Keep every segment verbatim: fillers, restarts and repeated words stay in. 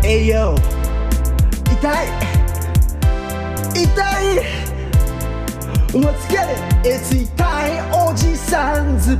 栄養痛い痛い Let's get it! It's 痛いおじさんズ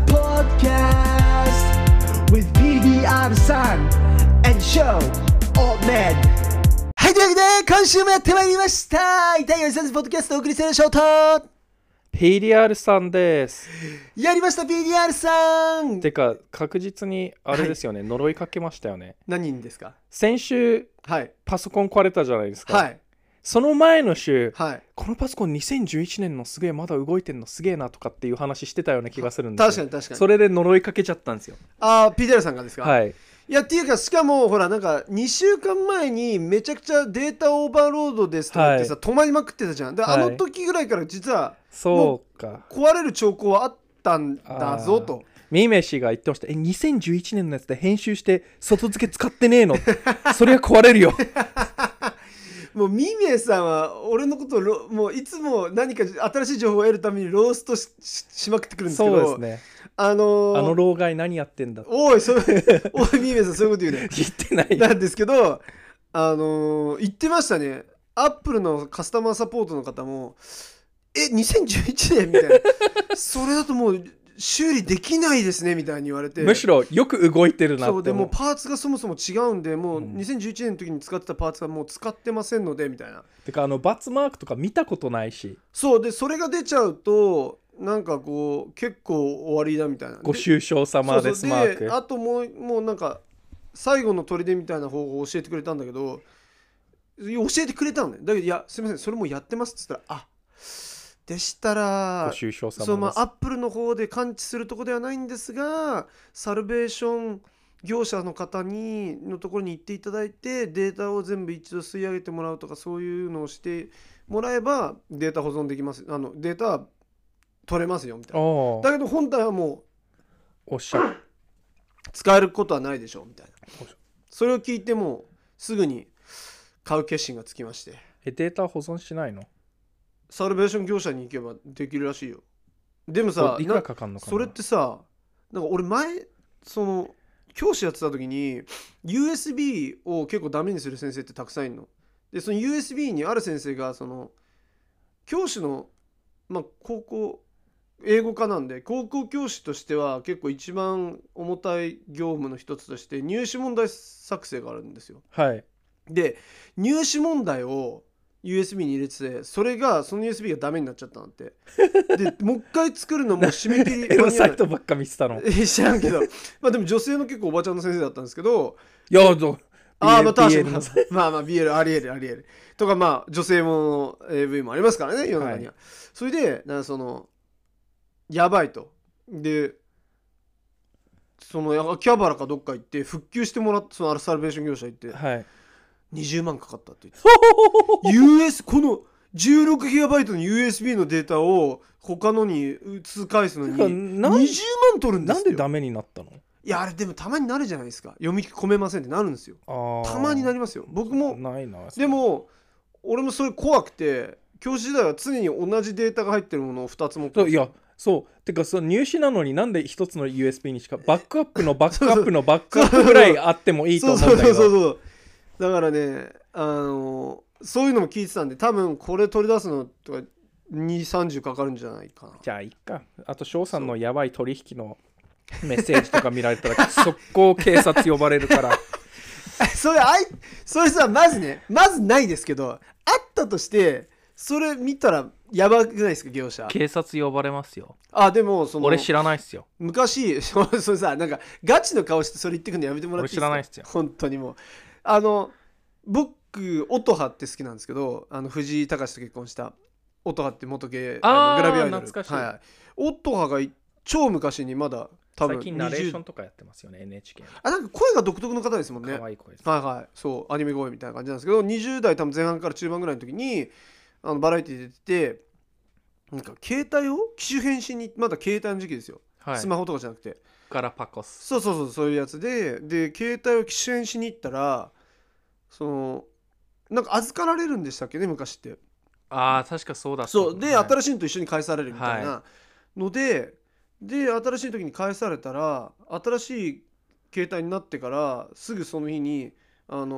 Podcast with ビーディーアール さん and Show Old Man。 はい、というわけで今週もやってまいりました。痛いおじさんズ Podcast をお送りするショートピーディーアール さんです。 やりました ピーディーアール さん。 てか確実にあれですよね、はい、呪いかけましたよね。 何人ですか？ 先週、はい、パソコン壊れたじゃないですか。はい、その前の週、はい、このパソコンにせんじゅういちねんのすげえまだ動いてんのすげえなとかっていう話してたような気がするんですよ。 確かに確かに。 それで呪いかけちゃったんですよ。 ああ、ピーディーアール さんがですか？ はい。 いやっていうか、しかもほらなんかにしゅうかんまえにめちゃくちゃデータオーバーロードですとかってさ、はい、止まりまくってたじゃん。で、はい、あの時ぐらいから実はそうか壊れる兆候はあったんだぞと。 ミメ氏が言ってました。えにせんじゅういちねんのやつで編集して外付け使ってねえのそれは壊れるよもうミメさんは俺のことをもういつも何か新しい情報を得るためにロースト し, しまくってくるんですけど、 そうですね、 あのー、 あの老害何やってんだおいそおいミメさんそういうこと言うね言ってないなんですけど、あのー、言ってましたね。アップルのカスタマーサポートの方もえにせんじゅういちねんみたいなそれだともう修理できないですねみたいに言われて、 むしろよく動いてるなって。 そうでもうパーツがそもそも違うんで、もうにせんじゅういちねんの時に使ってたパーツはもう使ってませんのでみたいな。 てかあのバツマークとか見たことないし、 そうでそれが出ちゃうとなんかこう結構終わりだみたいな。 ご愁傷様ですマーク。 であともうもうなんか最後の砦みたいな方法を教えてくれたんだけど、教えてくれたのね。だけどいやすみませんそれもやってますって言ったら、あでしたら、 ご愁傷様です。 そう、まあ、アップルの方で感知するところではないんですが、サルベーション業者の方にのところに行っていただいてデータを全部一度吸い上げてもらうとかそういうのをしてもらえばデータ保存できます。あのデータは取れますよみたいな。だけど本体はもうおっしゃる使えることはないでしょみたいな。それを聞いてもすぐに買う決心がつきまして。 えデータ保存しないの？ サルベーション業者に行けばできるらしいよ。でもさ、 いくらかかんのかな。 それってさ、なんか俺前その教師やってた時に ユーエスビー を結構ダメにする先生ってたくさんいるの。でその ユーエスビー にある先生がその教師のまあ高校英語科なんで高校教師としては結構一番重たい業務の一つとして入試問題作成があるんですよ。 はい。 で入試問題をユーエスビー に入れてて、それがその ユーエスビー がダメになっちゃったんだってでもう一回作るのも締め切りエロサイトばっか見てたの知らんけどまあでも女性の結構おばちゃんの先生だったんですけど、 いやどああまあ確かにまあまあ ビーエル ありえるありえるとか、まあ女性も エーブイ もありますからね世の中には、はい、それでなんかそのやばいとでその秋葉原かどっか行って復旧してもらって、そのアルサルベーション業者行って、はい、にじゅうまんかかったって言ってユーエス この じゅうろくギガバイト の ユーエスビー のデータを他のに移す返すのににじゅうまん取るんですよ。 なんでダメになったの？ いやあれでもたまになるじゃないですか。読み込めませんってなるんですよ。たまになりますよ。僕もないな。 でも俺もそれ怖くて教師時代は常に同じデータが入ってるものをふたつ持ってます。 いやそうてかその入試なのになんでひとつの ユーエスビー にしかバックアップのバックアップのバックアップぐらいあってもいいと思うんだけど、 そうそうそうそうだからねあのそういうのも聞いてたんで多分これ取り出すのとかにじゅう、さんじゅうかかるんじゃないかな。 じゃあいっか。あと翔さんのやばい取引のメッセージとか見られたら速攻警察呼ばれるからそれあいそれさまずねまずないですけどあったとしてそれ見たらやばくないですか業者。 警察呼ばれますよ。 あでもその俺知らないっすよ。 昔それさなんかガチの顔してそれ言ってくるのやめてもらっていいですか。 俺知らないっすよ本当にもうあの僕音羽って好きなんですけど、あの藤井隆と結婚した音羽って元芸あのグラビアアイドル、 懐かしい、 はい、音羽が超昔にまだ多分最近ナレーションとかやってますよね エヌエイチケー の。 あなんか声が独特の方ですもんね。 可愛い声です、 はいはいそうアニメ声みたいな感じなんですけど、にじゅう代多分前半から中盤ぐらいの時にあのバラエティ出てて、なんか携帯を機種変しにまだ携帯の時期ですよ、はい、スマホとかじゃなくてガラパコス、 そうそうそうそういうやつでで携帯を機種変しに行ったらそのなんか預かられるんでしたっけね昔って。 あー確かそうだった。 そうで、 はい、 新しいのと一緒に返されるみたいなので、はい、で新しい時に返されたら新しい携帯になってからすぐその日にあの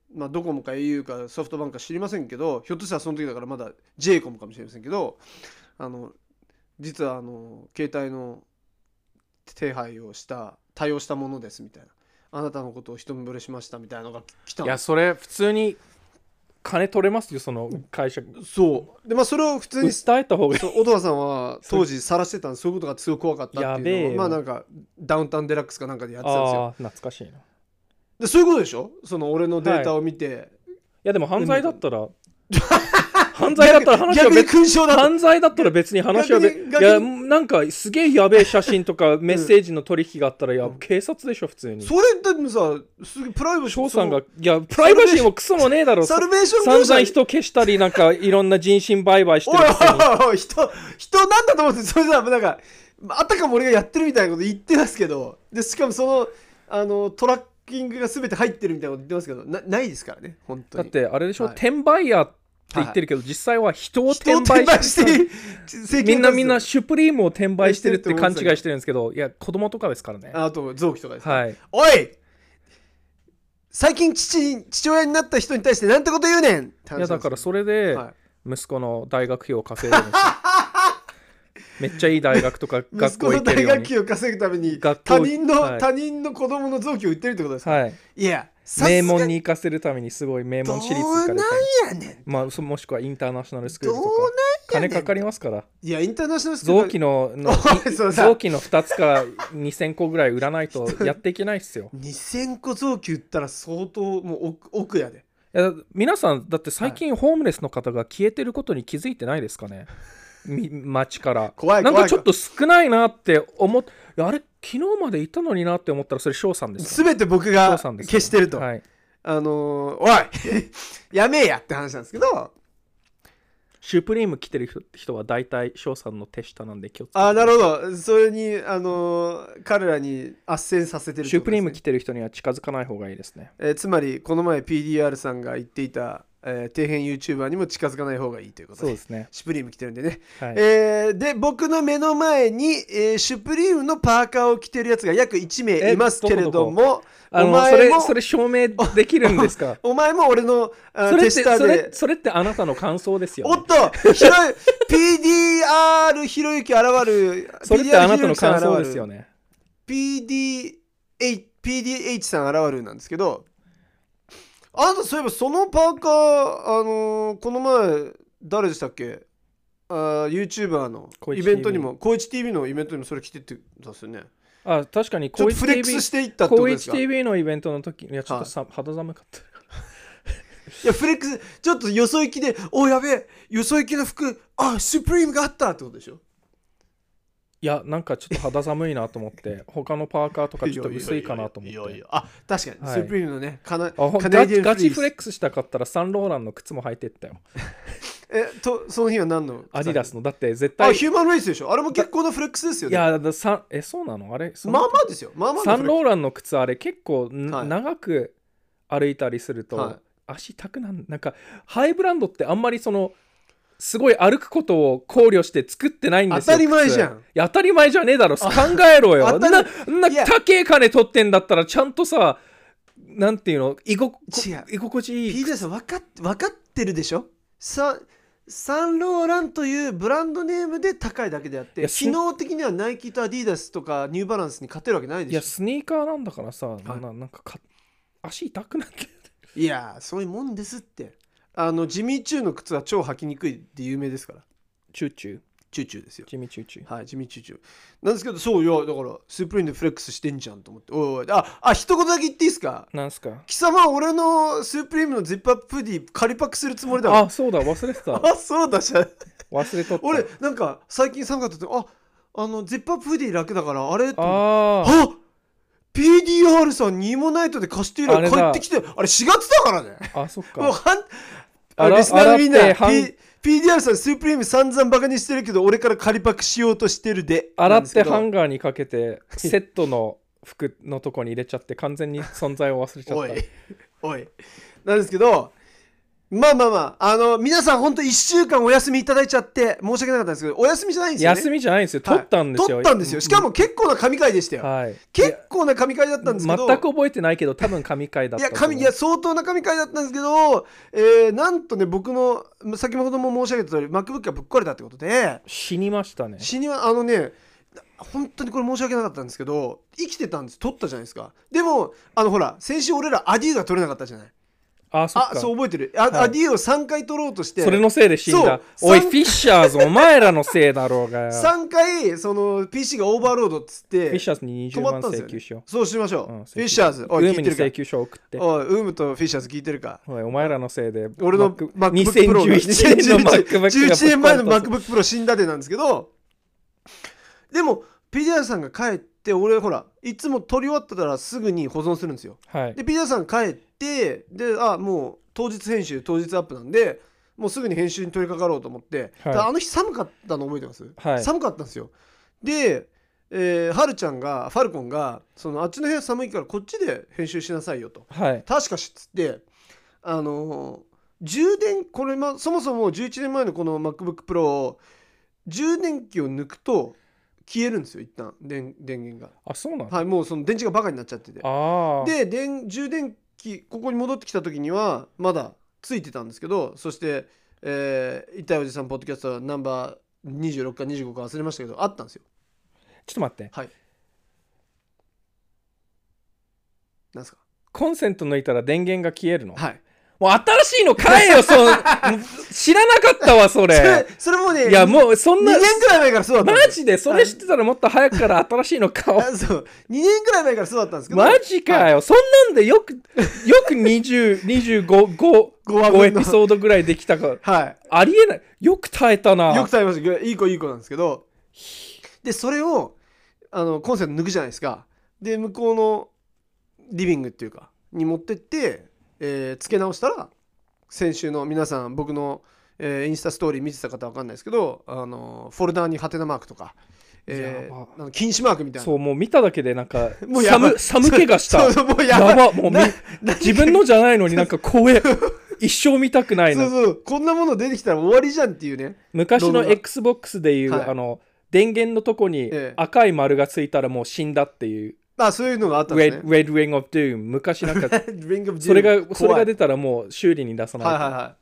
まあ、ドコモか au かソフトバンクか知りませんけど、ひょっとしたらその時だからまだ ジェイコム かもしれませんけど、あの実はあの携帯の手配をした対応したものですみたいな、あなたのことを一目惚れしましたみたいなのが来たんです。 いやそれ普通に金取れますよ、その会社。 そうで、まあ、それを普通に訴えた方がいい。 小戸さんは当時晒してたんです。そういうことがすごく怖かったっていうのを、まあなんかダウンタウンデラックスかなんかでやってたんですよ。 ああ懐かしいな。 でそういうことでしょ、その俺のデータを見て、はい、いやでも犯罪だったら犯罪だったら話は別に犯罪だったら別に話は別いやなんかすげえやべえ写真とかメッセージの取引があったら、いや、うん、警察でしょ普通に。 それでもさすげえプライバシー翔さんがいやプライバシーもクソもねえだろ。 サルベーション散々人消したりなんかいろんな人身売買してるくせにおいおいおい人人なんだと思って、それさなんかあたかも俺がやってるみたいなこと言ってますけど、でしかもそのあのトラッキングが全て入ってるみたいなこと言ってますけど な, ないですからね本当に。 だってあれでしょ、はい、転売屋って言ってるけど、はい、実際は人を転売してみんなみんなシュプリームを転売してるって勘違いしてるんですけど、いや子供とかですからね。 あと臓器とかですか、 はい、 おい最近 父, 父親になった人に対してなんてこと言うねん。 いやだからそれで息子の大学費を稼いでるんですよめっちゃいい大学とか学校行けるように。息子の大学費を稼ぐために他人の、はい、他人の子供の臓器を売ってるってことですか。 はい。 いや名門に行かせるためにすごい名門私立行かれた。 どうなんやねん。 まあもしくはインターナショナルスクールとか金かかりますから。 いやインターナショナルスクール臓器のの臓器のふたつかにせんこぐらい売らないとやっていけないっすよにせんこ臓器売ったら相当もう 奥, 奥やで。 いや皆さんだって最近ホームレスの方が消えてることに気づいてないですかね街から怖い怖いなんかちょっと少ないなって思っあれ昨日までいたのになって思ったらそれ翔さんですすべて僕が消してると、はい、あのー、おいやめえやって話なんですけど、 シュプリーム着てる人は大体翔さんの手下なんで気をつけて。 ああなるほど、それにあのー、彼らに斡旋させてるってことですね。 シュプリーム着てる人には近づかない方がいいですね、 えー、つまりこの前 ピーディーアール さんが言っていたえー、底辺 YouTuber にも近づかない方がいいということで、 そうですね、 シュプリーム着てるんでね、 はい、 えー、で僕の目の前に、えー、シュプリームのパーカーを着てるやつが約いちめいいますけれども、 あのお前もそれ、それ証明できるんですかお前も俺のあ手下でそれ、それってあなたの感想ですよ、ね、 おっとひろピーディーアール ひろゆき現るそれってあなたの感想ですよね。 ピーディーエイチ さん現るなんですけど、あなたそういえばそのパーカー、あのー、この前誰でしたっけ、あ YouTuber のイベントにもコイチ ティーブイ のイベントにもそれ着てってたんですよね。 あ確かにコイチ ティーブイ フレックスしていったってことですか。 コイチ ティーブイ のイベントの時いやちょっとさ、はい、肌寒かったいやフレックスちょっとよそ行きでおやべえよそ行きの服あスプリームがあったってことでしょ。 いやなんかちょっと肌寒いなと思って他のパーカーとかちょっと薄いかなと思って。 いやいやあ確かに、はい、スプリームのねカナカナディアンフリースガチフレックスしたかったらサンローランの靴も履いてったよえとその日は何のアディダスのだって絶対あヒューマンレイスでしょ。あれも結構なフレックスですよね。 いやださえそうなのあれまあまあですよ、まあまあサンローランの靴あれ結構、はい、長く歩いたりすると、はい、足痛くなんなんかハイブランドってあんまりそのすごい歩くことを考慮して作ってないんですよ。 当たり前じゃん。 いや当たり前じゃねえだろ考えろよ。なな高え金取ってんだったらちゃんとさなんていうの居心地いい。 ピーディーさん分かっ分かってるでしょ。さサンローランというブランドネームで高いだけであって機能的にはナイキとアディダスとかニューバランスに勝てるわけないでしょ。 いやスニーカーなんだからさ、はい、な, なんかか足痛くなっていやそういうもんですって。あのジミーチューの靴は超履きにくいって有名ですから。 チューチューチューチューですよ。 ジミーチューチューはいジミーチューチューなんですけど、そういやだからスープリームでフレックスしてんじゃんと思って。おいおいああ一言だけ言っていいですか。 なんすか。 貴様は俺のスープリームのジップアッププディ仮パクするつもりだろ。 あそうだ忘れてたあそうだじゃ忘れとった。 俺なんか最近寒かったってああのジップアッププディ楽だからあれあああピーディーアール さんニーモナイトで貸して以来帰ってきてあれしがつだからね。 あそっかもうはんあリスナーのみんな P- ピーディーアール さんスープリーム散々バカにしてるけど俺から仮パクしようとしてるで。 洗ってハンガーにかけてセットの服のとこに入れちゃって完全に存在を忘れちゃったおいおいなんですけどまあまあまあ、あの皆さん本当いっしゅうかんお休みいただいちゃって申し訳なかったんですけど、お休みじゃないんですよね。 休みじゃないんですよ、取ったんですよ、 はい、取ったんですよ。しかも結構な神回でしたよ、 はい、 結構な神回だったんですけど、 全く覚えてないけど多分神回だったいや神いや相当な神回だったんですけど、えー、なんとね僕の先ほども申し上げた通り MacBook がぶっ壊れたってことで死にましたね。 死にはあのね本当にこれ申し訳なかったんですけど、生きてたんです、取ったじゃないですか。でもあのほら先週俺らアデューが取れなかったじゃない。 あ, そっかあそう覚えてる。 あ、はい、アデューをさんかい取ろうとしてそれのせいで死んだ。おいフィッシャーズお前らのせいだろうがよ。 さんかいその ピーシー がオーバーロードっつってフィッシャーズににじゅうまん請求しよう、 ね、そうしましょう、うん、フィッシャーズおいウームに請求書送って。 おいウームとフィッシャーズ聞いてるか。 おいお前らのせいで俺の MacBook Pro にせんじゅういちねんの MacBook がじゅういちねんまえの MacBook Pro 死んだでなんですけど、でも ピーディーアール さんが帰って俺ほらいつも撮り終わったらすぐに保存するんですよ、はい、で ピーディーアール さん帰ってであもう当日編集当日アップなんでもうすぐに編集に取り掛かろうと思って、はい、あの日寒かったの覚えてます、はい、寒かったんですよ。で、えー、はるちゃんがファルコンがそのあっちの部屋寒いからこっちで編集しなさいよと、はい、確かしっつってあのー、充電これ、ま、そもそもじゅういちねんまえのこの MacBook Pro を充電器を抜くと消えるんですよ一旦 電, 電源が。 あそうなん、 はい、もうその電池がバカになっちゃってて、あで電充電器ここに戻ってきた時にはまだついてたんですけど、そして、えー、痛いおじさんポッドキャストナンバーにじゅうろくかにじゅうごか忘れましたけどあったんですよ。 ちょっと待って、 はい、なんですか。 コンセント抜いたら電源が消えるの。 はい、 もう新しいの買えよその知らなかったわそれそれそれもねいやもうそんなにねんくらい前からそうだったんですよ。マジでそれ知ってたらもっと早くから新しいの買おうそうにねんくらい前からそうだったんですけどマジかよ、はい、そんなんでよくよくにじゅう、にじゅうご、ご, ごエピソードぐらいできたから、はい、ありえない。よく耐えたな。 よく耐えました。いい子いい子なんですけど、でそれをあのコンセント抜くじゃないですか。で向こうのリビングっていうかに持ってって、えー、付け直したら先週の皆さん僕の、えー、インスタストーリー見てた方は分かんないですけど、あのフォルダーにハテナマークとか、えー、なんか禁止マークみたいな、 そうもう見ただけでなんかもう寒寒気がしたそうそうもうやばやばもう自分のじゃないのになんか怖え一生見たくないなそうそうこんなもの出てきたら終わりじゃんっていうね。 昔の Xbox でいう、はい、あの電源のとこに赤い丸がついたらもう死んだっていう、 あそういうのがあったんですね。 Red, Red Ring of Doom 昔なんかそれがそれが出たらもう修理に出さないと、はいはいはい、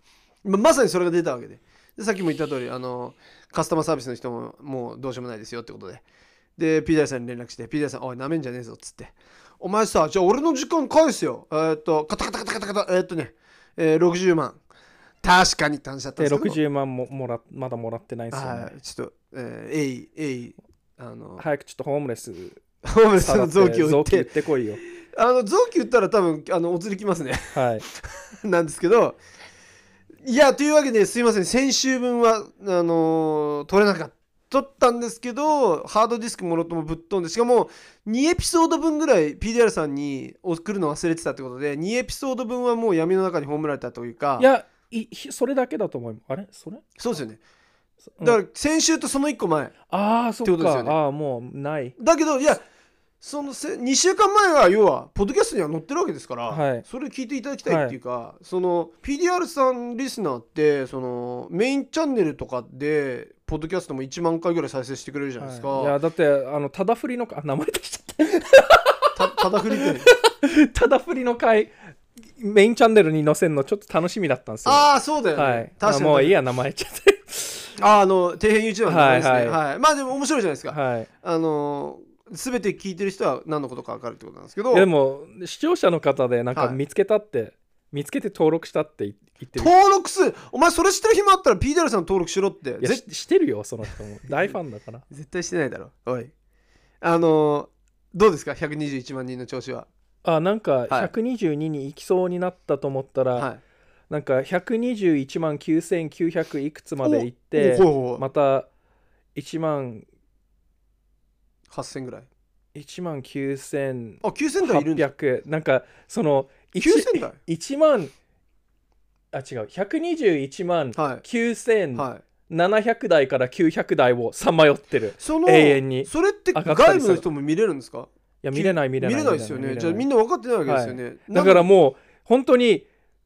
ま, まさにそれが出たわけ で, でさっきも言った通りあのカスタマーサービスの人ももうどうしようもないですよってことでで ピーディーアール さんに連絡して ピーディーアール さんおいなめんじゃねえぞっつってお前さじゃあ俺の時間返すよえー、っとカタカタカタカタカタえー、っとね、えー、ろくじゅうまん確かにって話だったんですけどろくじゅうまんももらまだもらってないですよね。 ちょっとえー、えいえいあの早くちょっとホームレスホームレスの臓器を売って、 売ってこいよ。 あの臓器売ったら多分あのお釣りきますね。 はい。 なんですけど、いやというわけですいません先週分はあのー、取れなかった。取ったんですけどハードディスクもろともぶっ飛んでしかもにエピソード分ぐらい ピーディーアール さんに送るの忘れてたってことでにエピソード分はもう闇の中に葬られたというか。 いやいそれだけだと思います。あれそれそうですよね。だから先週とそのいっこまえああそうか、ね、ああもうないだけどいやそのにしゅうかんまえは要はポッドキャストには載ってるわけですから、はい、それ聞いていただきたいっていうか、はい、その ピーディーアール さんリスナーってそのメインチャンネルとかでポッドキャストもいちまんかいぐらい再生してくれるじゃないですか、 はい、いやだってあのただ振りのあ名前出しちゃったた, ただ振りって、ね、 ただ振りの回メインチャンネルに載せるのちょっと楽しみだったんですよ。 ああそうだよね、はい、 確かにもういいや名前ちゃってああの底辺 YouTuber の名前ですね、はいはいはい、まあでも面白いじゃないですか、はい、あの全て聞いてる人は何のことか分かるってことなんですけどでも視聴者の方でなんか見つけたって、はい、見つけて登録したって言ってる。 登録するお前それ知ってる暇あったら ピーディーアール さん登録しろって。 いや し, してるよその人も大ファンだから絶対してないだろおい。あのどうですかひゃくにじゅういちまんにんの調子は。 あなんかひゃくにじゅうにに行きそうになったと思ったら、はい、なんかひゃくにじゅういちまんきゅうせんきゅうひゃくいくつまで行ってまたいちまんはっせんぐらいいちまんきゅうせんあきゅうせん台いるんだ。 なんかそのきゅうせん台いちまんあ違うひゃくにじゅういちまんきゅうせんななひゃく台からきゅうひゃく台をさまよってる。 その永遠にそれって外部の人も見れるんですか。 いや見れない見れない見れないですよね。じゃあみんな分かってないわけですよね、はい、 だからもう本当に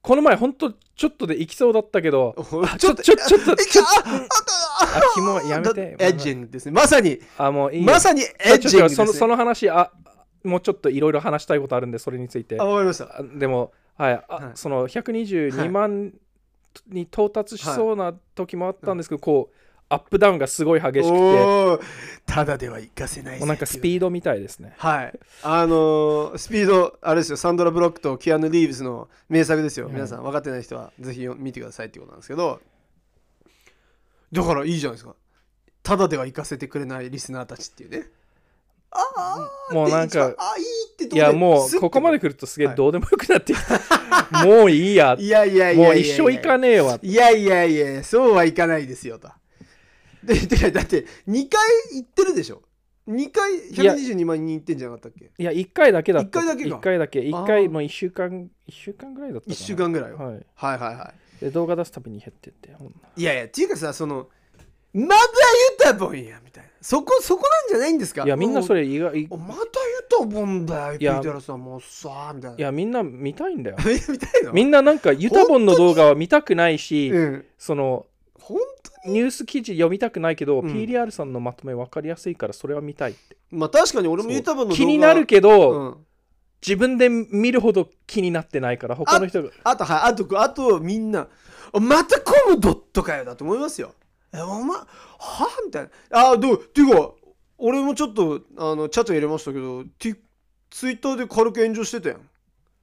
この前ほんとちょっとで行きそうだったけどちょっとちょっとちょっとちょっとあキモやめてエッジングですねまさにあもういいまさにエッジングです、ね、 そのその話あもうちょっといろいろ話したいことあるんでそれについてあわかりましたでもはいあ、はい、そのひゃくにじゅうにまんに到達しそうな時もあったんですけど、はい、こうアップダウンがすごい激しくてただでは行かせないもうなんかスピードみたいですねはいあのー、スピードあれですよサンドラ・ブロックとキアヌ・リーブスの名作ですよ、はい、皆さん分かってない人はぜひ見てくださいってことなんですけどだからいいじゃないですかただでは行かせてくれないリスナーたちっていうねああもうなんかあいいってとこいやもうここまで来るとすげえどうでもよくなってきた、はい、もういいやいやいやいやもう一生行かねえわいやいやいやそうはいかないですよとででだってにかい行ってるでしょにかいひゃくにじゅうにまん人行ってんじゃなかったっけいやいっかいだけだったいっかいだけかいっかいだけいっかいもういっしゅうかんいっしゅうかんぐらいだったかないっしゅうかんぐらい、 はい、 はいはいはいで動画出すたびに減ってっていやいやっていうかさそのまだユタボンやみたいなそこそこなんじゃないんですかいやみんなそれ意外またユタボンだよピータラさんもさみたいないやみんな見たいんだよ見たいのみんななんかユタボンの動画は見たくないし、うん、その本当にニュース記事読みたくないけど、うん、ピーディーアール さんのまとめ分かりやすいからそれは見たいってまあ確かに俺もユタボンの動画気になるけど、うん、自分で見るほど気になってないから他の人があとはいあとあとみんなまたコムドットかよだと思いますよえお前はみたいなあどうっていうか俺もちょっとあのチャット入れましたけどツイッターで軽く炎上してたやん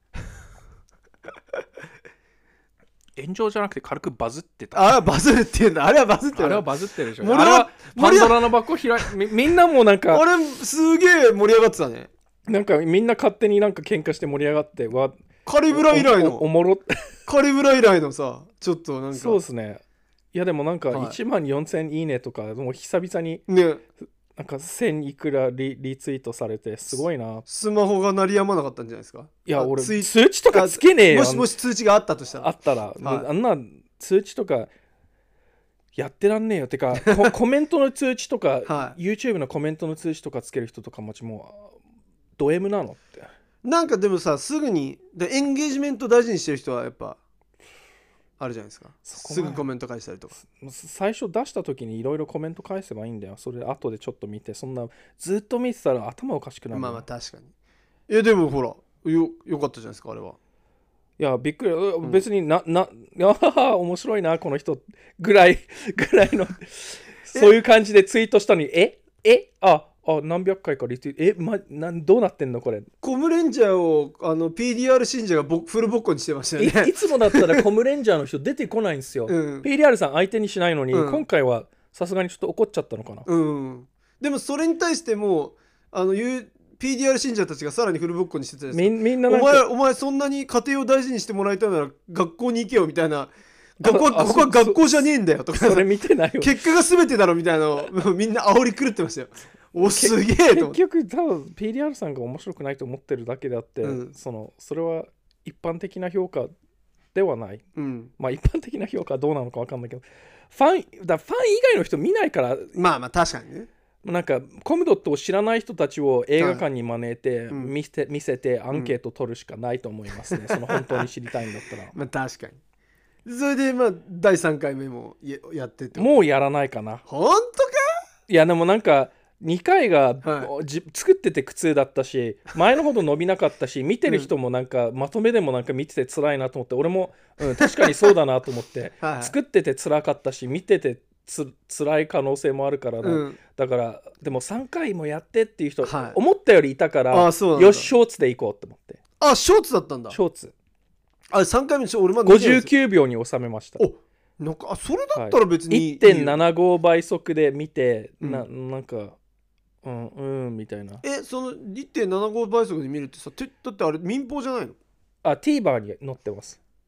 炎上じゃなくて軽くバズってたあバズるっていうんだあれはバズってるあれはバズってるでしょあれはパンドラの箱開いみ, みんなもなんか俺すげえ盛り上がってたねなんかみんな勝手になんか喧嘩して盛り上がってわカリブラ以来のお, お, おもろカリブラ以来のさちょっとなんかそうですねいやでもなんかいちまんよんせんいいねとかもう久々にねなんかせんいくら リ, リツイートされてすごいなスマホが鳴りやまなかったんじゃないですかいや俺通知とかつけねえよもしもし通知があったとしたらあったら、はい、あんな通知とかやってらんねえよってかコメントの通知とか、はい、YouTube のコメントの通知とかつける人とかももうド M なのってなんかでもさすぐにでエンゲージメント大事にしてる人はやっぱあるじゃないですかすぐコメント返したりとか最初出した時にいろいろコメント返せばいいんだよそれ後でちょっと見てそんなずっと見てたら頭おかしくなるまあまあ確かにいやでもほらよ, よかったじゃないですかあれはいやびっくり、うん、別にななあ面白いなこの人ぐらいぐらいのそういう感じでツイートしたのにええああ何百回かリツイートえ、ま、なんどうなってんのこれコムレンジャーをあの ピーディーアール 信者がボフルボッコにしてましたよねい, いつもだったらコムレンジャーの人出てこないんですよ、うん、ピーディーアール さん相手にしないのに、うん、今回はさすがにちょっと怒っちゃったのかな、 うん、でもそれに対してもあの ピーディーアール 信者たちがさらにフルボッコにしてたじゃないですかみ、みんななんかお前、お前そんなに家庭を大事にしてもらいたいなら学校に行けよみたいな学校ここは学校じゃねえんだよとかそれ見てないよ結果が全てだろみたいなのをみんな煽り狂ってましたよおすげえと結局多分 ピーディーアール さんが面白くないと思ってるだけであって、うん、そのそれは一般的な評価ではない、うん、まあ一般的な評価はどうなのか分かんないけどファンだファン以外の人見ないからまあまあ確かにねなんかコムドットを知らない人たちを映画館に招いて見せて、うん、見せてアンケート取るしかないと思いますね、うん、その本当に知りたいんだったらまあ確かにそれでまあだいさんかいめもやってってもうやらないかな本当かいやでもなんかにかいが、はい、じ作ってて苦痛だったし前のほど伸びなかったし見てる人もなんか、うん、まとめでもなんか見てて辛いなと思って俺も、うん、確かにそうだなと思ってはい、はい、作ってて辛かったし見ててつ辛い可能性もあるからな、うん、だからでもさんかいもやってっていう人、はい、思ったよりいたからよしショーツで行こうと思ってあショーツだったんだショーツあさんかいめの俺まだごじゅうきゅうびょうに収めましたおなんかあそれだったら別に、 はい、いってんななご 倍速で見て、うん、な, なんかうんうんみたいなえその いってんななご 倍速で見るってさてだってあれ民放じゃないのあ TVer に載ってます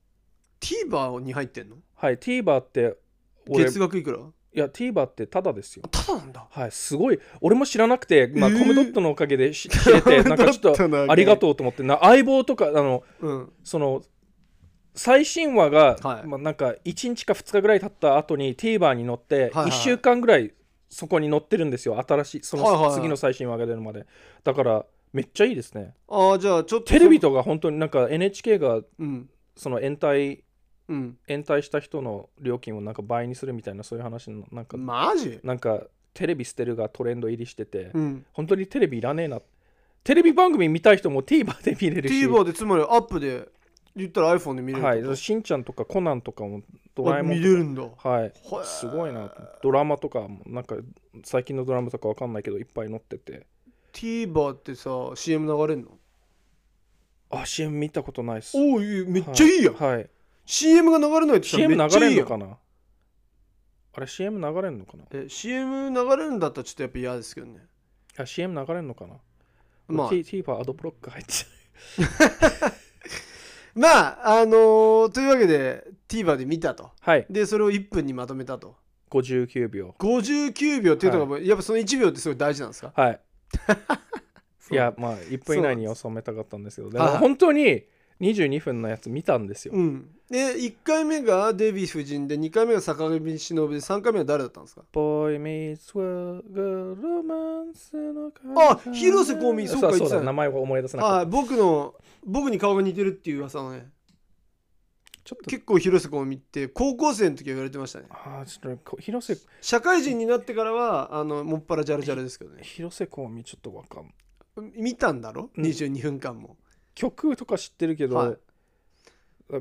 TVer に入ってんのはい TVer って月額いくらいや TVer ってタダですよタダなんだはいすごい俺も知らなくて、まあえー、コムドットのおかげで知れてなんかちょっとありがとうと思ってな相棒とかあの、うん、その最新話が、はいまあ、なんかいちにちかふつかぐらい経った後に TVer に載っていっしゅうかんぐらいそこに載ってるんですよ新しいその次の最新話が出るまでだからめっちゃいいですねあじゃあちょっとテレビとか本当になんか エヌエイチケー が、うん、 その延滞、 うん、 延滞した人の料金をなんか倍にするみたいなそういう話のなんかマジなんかテレビ捨てるがトレンド入りしてて、 うん、 本当にテレビいらねえな。テレビ番組見たい人も TVer で見れるし TVer でつまりアップで言ったら iPhone で見れるはい、しんちゃんとかコナンとかもドラえもんとか見れるんだ。 はい、すごいな。ドラマとかもなんか最近のドラマとかわかんないけどいっぱい載ってて。 TVer ってさ シーエム 流れんの？ あ、シーエム 見たことないっす。 おー、めっちゃいいやん、 はい、はい、 シーエム が流れないって言ったらめっちゃいいやん。 シーエム 流れんのかな。あれ シーエム 流れんのかな。 え シーエム 流れるんだったらちょっとやっぱ嫌ですけどね。 あ シーエム 流れんのかな。 まあ TVer アドブロック入ってまああのー、というわけで TVer で見たと、 はい、 でそれをいっぷんにまとめたと。 ごじゅうきゅうびょうごじゅうきゅうびょうっていうのが、はい、やっぱそのいちびょうってすごい大事なんですか？ はいいやまあいっぷん以内に収めたかったんですけど、でも本当ににじゅうにふんのやつ見たんですよ、 うん、でいっかいめがデヴィ夫人でにかいめが坂上忍でさんかいめは誰だったんですか？ ボーイミーツワーグロマンスのあ、広瀬香美。そうか、 そうそうだ、名前を思い出せなかった。 あ、僕の僕に顔が似てるっていう噂のね、 ちょっと結構広瀬香美って高校生の時は言われてましたね。 あ、ちょっと広瀬社会人になってからはあのもっぱらジャルジャルですけどね。 広瀬香美ちょっとわかん見たんだろ、うん、にじゅうにふんかんも。 曲とか知ってるけど、はい、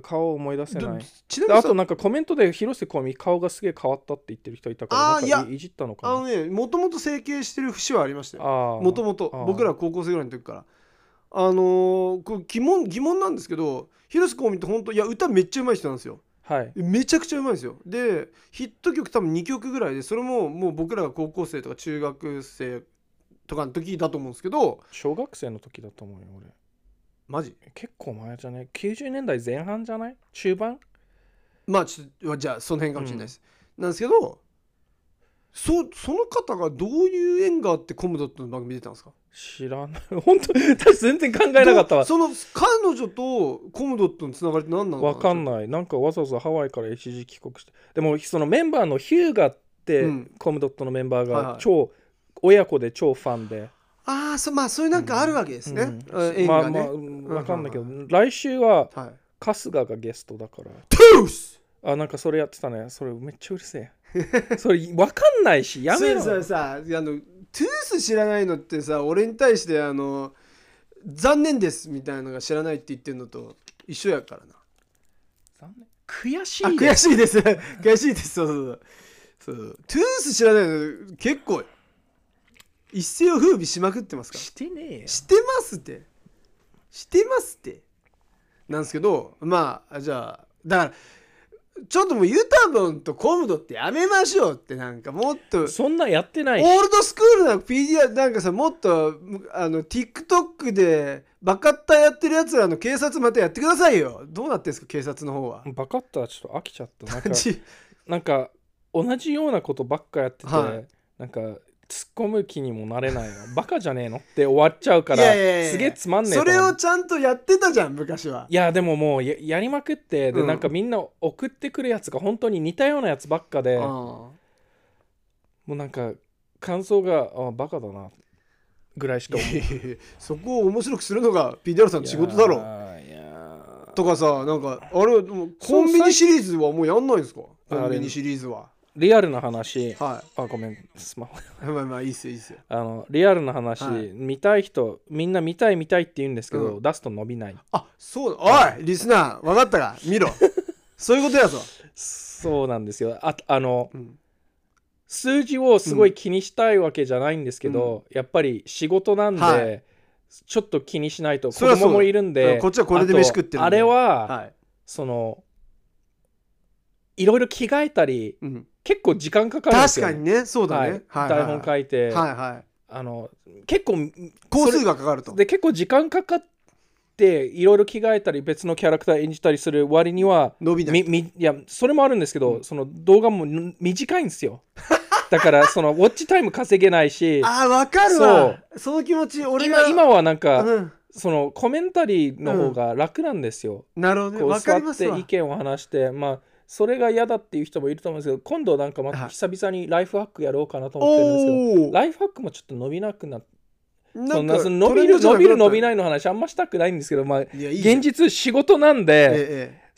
顔を思い出せない。 ちなみにあとなんかコメントで広瀬香美顔がすげえ変わったって言ってる人いたから、なんか い, やいじったのかな。 あのね、もともと整形してる節はありましたよ。もともと僕ら高校生ぐらいの時から。あのー、これ疑問疑問なんですけど、広瀬香美って本当いや歌めっちゃうまい人なんですよ。 はい、 めちゃくちゃうまいですよ。でヒット曲多分にきょくぐらいで、それももう僕らが高校生とか中学生とかの時だと思うんですけど、 小学生の時だと思うよ俺。 マジ？ 結構前じゃない？きゅうじゅうねんだいぜん半じゃない？中盤？ まあちょっとじゃあその辺かもしれないです、うん、なんですけど、そ, その方がどういう縁があってコムドットの番組出たんですか？ 知らない本当私全然考えなかったわ。 その彼女とコムドットのつながりって何なのかな。 分かんない。なんかわざわざハワイから一時帰国して、でもそのメンバーのヒューガって、うん、コムドットのメンバーが超、はいはい、親子で超ファンで、 ああ、そ、まあそういうなんかあるわけですね、うんうん、縁がね。まあまあ分かんないけど、うんうんうん、来週は春日がゲストだから、 トゥースあ、なんかそれやってたね。それめっちゃうるせえそれ分かんないしやめろ。 それさ、あのトゥース知らないのってさ、俺に対してあの残念ですみたいなのが知らないって言ってるのと一緒やからな。 残念、悔しいです。 悔しいです悔しいです。そうそうそうそう、トゥース知らないの結構一世を風靡しまくってますから。 してねえよ。 してますってしてますってなんですけど、まあじゃあだからちょっともうユタボンとコムドってやめましょうって。なんかもっとそんなやってないし、 オールドスクールな ピーディーアール なんかさ、もっとあの TikTok でバカッタやってるやつらの警察またやってくださいよ。どうなってんすか警察の方は。 バカッタはちょっと飽きちゃった。なんかなんか同じようなことばっかやってて、はい、なんか突っ込む気にもなれないの。バカじゃねえのって終わっちゃうから、いやいやいやすげえつまんねえと思う。 それをちゃんとやってたじゃん昔は。 いやでももう や, やりまくってで、うん、なんかみんな送ってくるやつが本当に似たようなやつばっかで、もうなんか感想があバカだなぐらいしか思うそこを面白くするのが ピーディーアール さんの仕事だろう。いやとかさ、なんかあれコンビニシリーズはもうやんないんですか？コンビニシリーズはリアルな話、 はい、 あごめんスマホまあまあいいっすよいいっすよ。 あのリアルな話、はい、見たい人みんな見たい見たいって言うんですけど、うん、出すと伸びない。 あ、そうだ。おいリスナー分かったか見ろそういうことやぞ。 そうなんですよ。ああの、うん、数字をすごい気にしたいわけじゃないんですけど、うん、やっぱり仕事なんで、はい、ちょっと気にしないと。子供もいるんで、 こっちはこれで飯食ってるんで。 あれは、はい、そのいろいろ着替えたり、うん、結構時間かかるんですよ。 確かにね、そうだね、 はいはい、台本書いて、 はいはい、 あの結構工数がかかると。 で結構時間かかっていろいろ着替えたり別のキャラクター演じたりする割には伸びない。 みみいやそれもあるんですけど、うん、その動画も短いんですよだからそのウォッチタイム稼げないしあー分かるわ そ, その気持ち。俺が今, 今はなんか、うん、そのコメンタリーの方が楽なんですよ、 うん、なるほどね。分かりますわ。 こう座って意見を話してまあそれが嫌だっていう人もいると思うんですけど、今度なんかまた久々にライフハックやろうかなと思ってるんですけど、ライフハックもちょっと伸びなくなって、そんなその伸びる伸びる伸びないの話あんましたくないんですけど、まあ現実仕事なんで、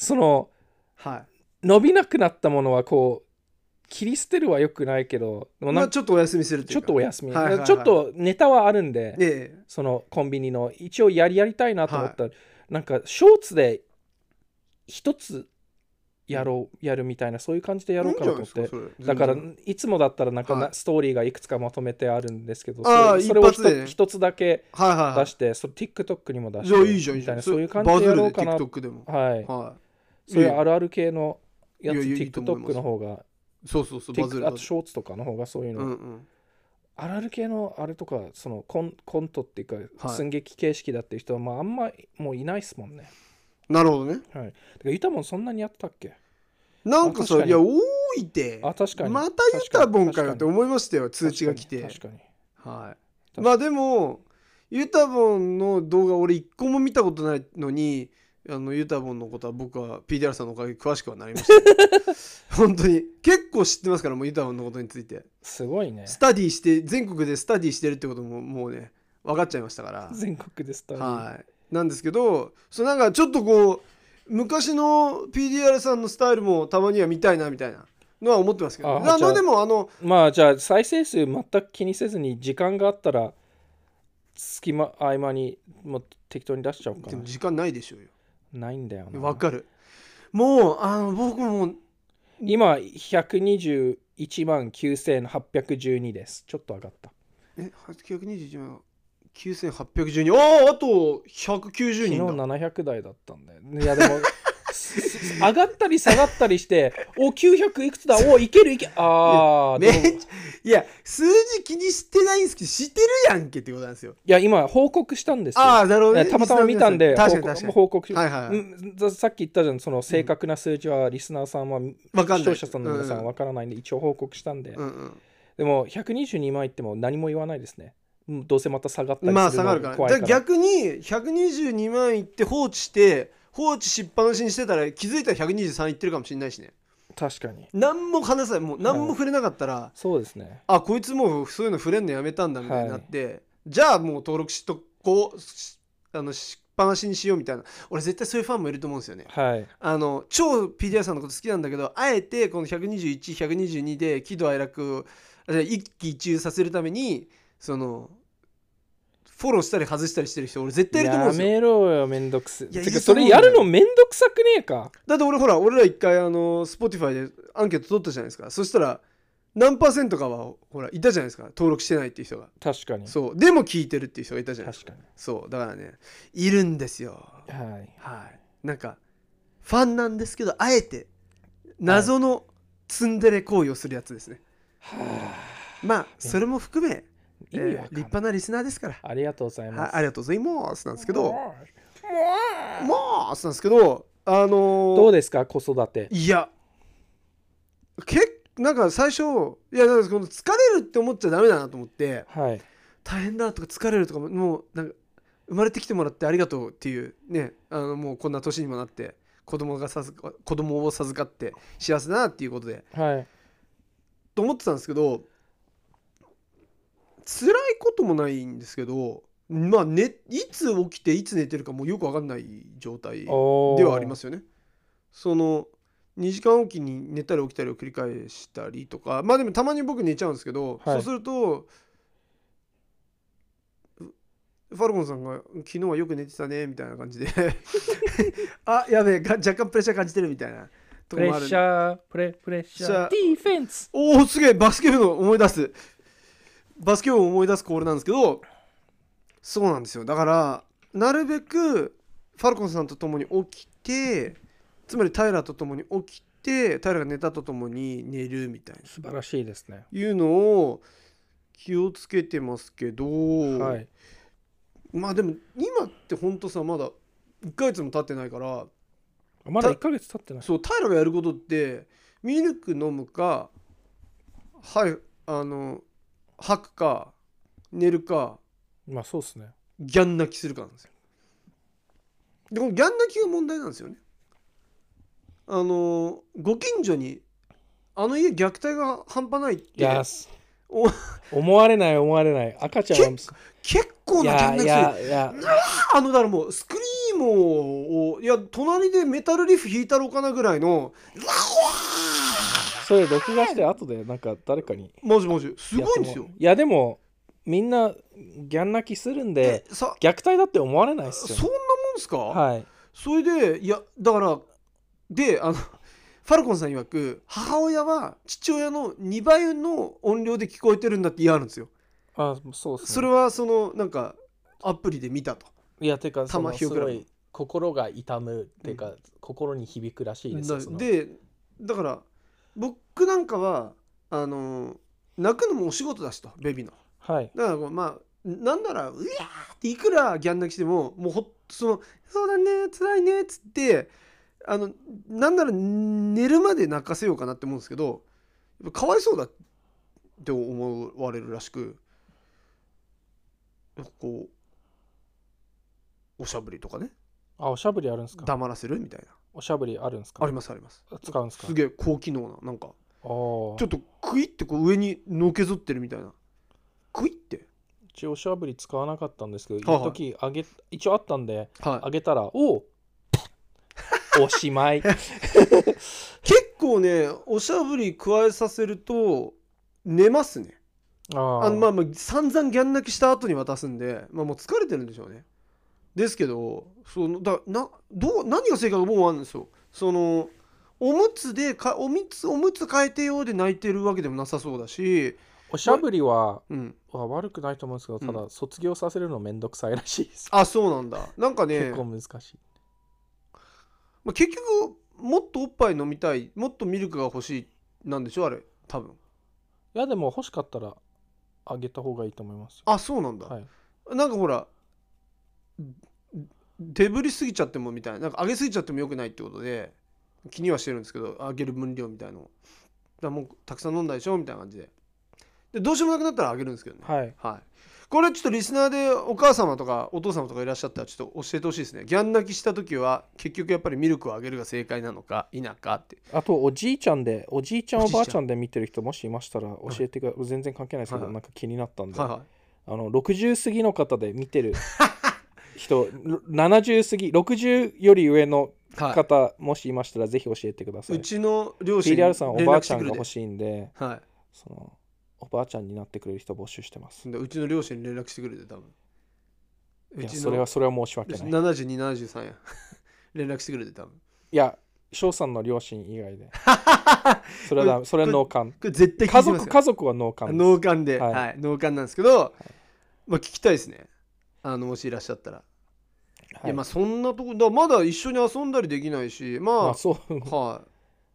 その、 はい、 伸びなくなったものはこう切り捨てるはよくないけど、 でもまあ、ちょっとお休みするっていうか、 ちょっとお休み、 はいはいはい、 ちょっとネタはあるんで、 ええ、 そのコンビニの一応やりやりたいなと思ったら、はい、なんかショーツで一つやろう、やるみたいな、そういう感じでやろうかなと思って、だからいつもだったらなんかな、はい、ストーリーがいくつかまとめてあるんですけど、そ れ, それを一、ね、つだけ出して、はいはいはい、それ TikTok にも出して、 いいじゃんいいじゃん、 そういう感じでやろうかな。 バズるで TikTok でも、 はいはい、そういうあるある系のやつ TikTok の方が、 そうそうそう、バズる。 あとショーツとかの方がそういうの、うんうん、あるある系のあれとかそのコ ン, コントっていうか、はい、寸劇形式だっていう人は、まあ、あんまもういないっすもんね。 なるほどね。 はい。だからユタボンそんなにやったっけ？ なんかさ、いや多いて、 あ、確かにまたユタボンかよって思いましたよ、通知が来て。確かに。はい。まあでもユタボンの動画俺一個も見たことないのに、あのユタボンのことは僕は ピーディーアール さんのおかげで詳しくはなりました、本当に結構知ってますから、もうユタボンのことについてすごいね。 スタディして全国でスタディしてるってことももうね分かっちゃいましたから。 全国でスタディ、 はい、なんですけど、そうなんかちょっとこう昔の ピーディーアール さんのスタイルもたまには見たいなみたいなのは思ってますけど、ね、あまあでもあのまあじゃあ再生数全く気にせずに時間があったら隙間合間にもう適当に出しちゃおうかな。 でも時間ないでしょうよ。 ないんだよな。 わかる。もうあの僕も今ひゃくにじゅういちまんきゅうせんはっぴゃくじゅうにです。ちょっと上がった。え、 ひゃくにじゅういちまんきゅうせんはっぴゃくじゅうに。ああ、あとひゃくきゅうじゅうにんだ。 昨日ななひゃくだいだったんだよ。いやでも上がったり下がったりしておきゅうひゃくいくつだ、おいけるいけああめっちゃいや数字気にしてないんですけど知ってるやんけってことなんですよ。 いや今報告したんですよ。 ああなるほど、ね、 たまたま見たんで確かに確かに報告し、 はいはいはい、さっき言ったじゃん、その正確な数字はリスナーさんは、うん、視聴者さんの皆さんは分からないんで、うん、一応報告したんで、うんうん、でもひゃくにじゅうにまんいっても何も言わないですね。どうせまた下がったりするのが怖いから。まあ下がるから。 逆にひゃくにじゅうにまんいって放置して放置しっぱなしにしてたら気づいたらひゃくにじゅうさんいってるかもしれないしね。 確かに何も話さない、もう何も触れなかったら、はい、 そうですね、 あこいつもうそういうの触れんのやめたんだみたいになって、はい、じゃあもう登録しとこうあのしっぱなしにしようみたいな。俺絶対そういうファンもいると思うんですよね、 はい、 あの超 ピーディーアール さんのこと好きなんだけど、あえてこのひゃくにじゅういち、ひゃくにじゅうにで喜怒哀楽一喜一憂させるためにそのフォローしたり外したりしてる人俺絶対いると思うんですよ。 やめろよ、めんどくせえ。てかそれやるのめんどくさくねえか。 だって俺ほら俺ら一回あの Spotify でアンケート取ったじゃないですか。そしたら何パーセントかはほらいたじゃないですか、登録してないっていう人が。 確かに。 そうでも聞いてるっていう人がいたじゃないですか。 確かに。 そうだからねいるんですよ。 はいはい。なんかファンなんですけどあえて謎のツンデレ行為をするやつですね。はい、まあそれも含めえー、立派なリスナーですからありがとうございます。 ありがとうございますなんですけど、もうもうなんですけど、あのー、 どうですか子育て。 いやけなんか最初いやなんかこの疲れるって思っちゃダメだなと思って、はい、大変だとか疲れるとかももうなんか生まれてきてもらってありがとうっていうね、あのもうこんな年にもなって子供が授か子供を授かって幸せだなっていうことで、はい、と思ってたんですけど。辛いこともないんですけど、まあね、いつ起きていつ寝てるかもうよく分かんない状態ではありますよね。そのにじかんおきに寝たり起きたりを繰り返したりとか、まあでもたまに僕寝ちゃうんですけど、はい、そうするとファルコンさんが昨日はよく寝てたねみたいな感じであやべえ若干プレッシャー感じてるみたいなとこもある。 プレッシャープレプレッシャーディフェンス。 おおすげえバスケ部の思い出すバスケを思い出すコールなんですけど、そうなんですよ。だからなるべくファルコンさんと共に起きて、つまりタイラーと共に起きてタイラーが寝たと共に寝るみたいな、 素晴らしいですね、 いうのを気をつけてますけど、はい、まあでも今ってほんとさまだいっかげつも経ってないから、 まだいっかげつ経ってない。 そうタイラーがやることってミルク飲むか、はいあの吐くか寝るか、 まあそうですね、 ギャン泣きするかなんですよ。でこのギャン泣きが問題なんですよね。あのご近所にあの家虐待が半端ないって、 yes. 思われない思われない赤ちゃんは結構なギャン泣きする。いやいやいやあのだからもうスクリーモをいや隣でメタルリフ弾いたろうかなぐらいのそれ録画して後でなんか誰かにマジマジすごいんですよ。 いやでもみんなギャン泣きするんで虐待だって思われないっすよ、ね、 そんなもんすか。 はい。 それでいやだからであのファルコンさん曰く母親は父親のにばいの音量で聞こえてるんだって言い張るんですよ。 あ、そうですね。 それはそのなんかアプリで見たと。 いやてかそのすごい心が痛むっていうか、うん、心に響くらしいですよ。 だでだから僕なんかはあの泣くのもお仕事だしとベビーの、 はい、 だからまあなんならうわーっていくらギャン泣きしてももうほそのそうだね辛いねっつってあのなんなら寝るまで泣かせようかなって思うんですけどやっぱかわいそうだって思われるらしく、こうおしゃぶりとかね。 あ、おしゃぶりあるんですか。 黙らせるみたいな。 おしゃぶりあるんですか。 ありますあります。 使うんですか。 すげえ高機能ななんかちょっとクイってこう上にのけぞってるみたいなクイって。 うちおしゃぶり使わなかったんですけど、一時あげ一応あったんで、はい、あげたらおおおしまい結構ねおしゃぶり加えさせると寝ますね。ああのまあまあ散々ギャン泣きした後に渡すんで、まあ、もう疲れてるんでしょうね。ですけどそのだなどう何が正解かもうあるんですよ。そのおむつでかおむつおむつ変えてようで泣いてるわけでもなさそうだし、 おしゃぶりは、 うん、 は悪くないと思うんですけど、ただ卒業させるのめんどくさいらしいです。 あ、そうなんだ。なんかね結構難しい。 まあ、結局もっとおっぱい飲みたいもっとミルクが欲しいなんでしょあれ多分。 いやでも欲しかったらあげた方がいいと思います。 あ、そうなんだ、はい、なんかほらデブりすぎちゃってもみたいな、なんか上げすぎちゃってもよくないってことで気にはしてるんですけど、上げる分量みたいのだからもうたくさん飲んだでしょみたいな感じで、でどうしようもなくなったら上げるんですけどね。 はい、 はい、これちょっとリスナーでお母様とかお父様とかいらっしゃったらちょっと教えてほしいですね。ギャン泣きした時は結局やっぱりミルクをあげるが正解なのか否かって。 あとおじいちゃんでおじいちゃんおばあちゃんで見てる人もしいましたら教えてください。全然関係ないですけど、はい、なんか気になったんで、はいはい、あのろくじゅう過ぎの方で見てる人ななじゅう過ぎろくじゅうより上の方、はい、もしいましたらぜひ教えてください。 うちの両親ピーディーアール さんおばあちゃんが欲しいんで、 はい、 そのおばあちゃんになってくれる人募集してます。 うちの両親に連絡してくれて多分うちのそれはそれは申し訳ない。 ななじゅうに、ななじゅうさんや連絡してくれて多分。 いや翔さんの両親以外でそれはそれは脳幹。 これ絶対聞いてますよ。 家族家族は脳幹です。 脳幹で、はいはい、脳幹なんですけど、はい、まあ聞きたいですね。あのもしいらっしゃったら。はい、いやまあそんなとこだまだ一緒に遊んだりできないし、まあ、まあそうはい、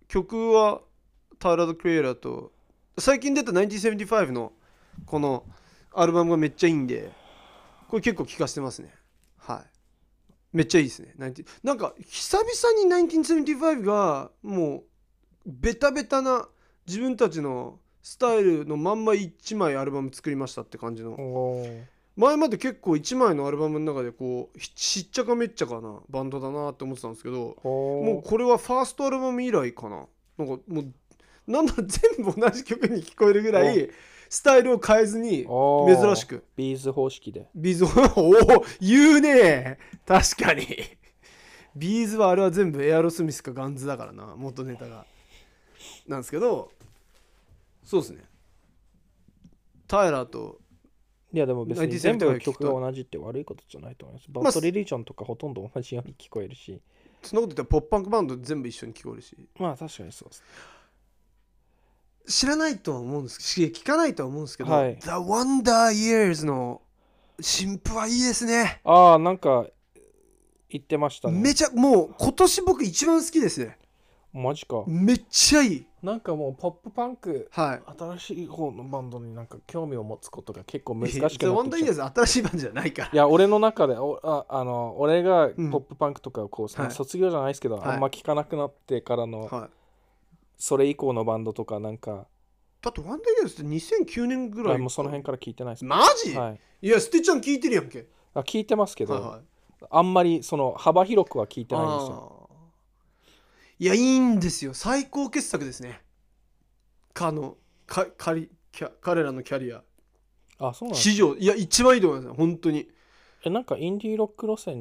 曲はタイラー・クリエイラーと最近出たせんきゅうひゃくななじゅうごのこのアルバムがめっちゃいいんで、これ結構聴かせてますね。はい、めっちゃいいですね。なんか久々にせんきゅうひゃくななじゅうごがもうベタベタな自分たちのスタイルのまんまいちまいアルバム作りましたって感じの。前まで結構いちまいのアルバムの中でこうしっちゃかめっちゃかなバンドだなって思ってたんですけど、もうこれはファーストアルバム以来かな。なんかもうなんだ全部同じ曲に聞こえるぐらいスタイルを変えずに珍しくビーズ方式でビーズおお言うね確かにビーズはあれは全部エアロスミスかガンズだからな元ネタがなんですけど、そうですねタイラーといやでも別に全部の曲が同じって悪いことじゃないと思います。バッドリリジョンとかほとんど同じように聞こえるし、 そんなこと言ったらポップパンクバンド全部一緒に聞こえるし、 まあ確かにそうです。 知らないとは思うんですし聞かないとは思うんですけど、 はい、 The Wonder Years の新譜はいいですね。 ああなんか言ってましたね。 めちゃもう今年僕一番好きですね。 マジか。 めっちゃいい。 なんかもうポップパンク、 はい、 新しい方のバンドになんか興味を持つことが結構難しくなってきちゃう。 The Wonder Years 新しいバンドじゃないから。 いや俺の中でおああの俺がポップパンクとかをこう、うん、卒業じゃないですけど、はい、あんま聞かなくなってからの、はい、それ以降のバンドとかなんかだってワンダーイヤーズってにせんきゅうねんぐらい。 もうその辺から聞いてないです。 マジ、はい、いやスティちゃん聞いてるやんけ。 あ聞いてますけど、 はいはい、 あんまりその幅広くは聞いてないんですよ。 いやいいんですよ。最高傑作ですね。かのかかり彼らのキャリアあそうなんです史上いや一番いいと思います本当に。 えなんかインディーロック路線に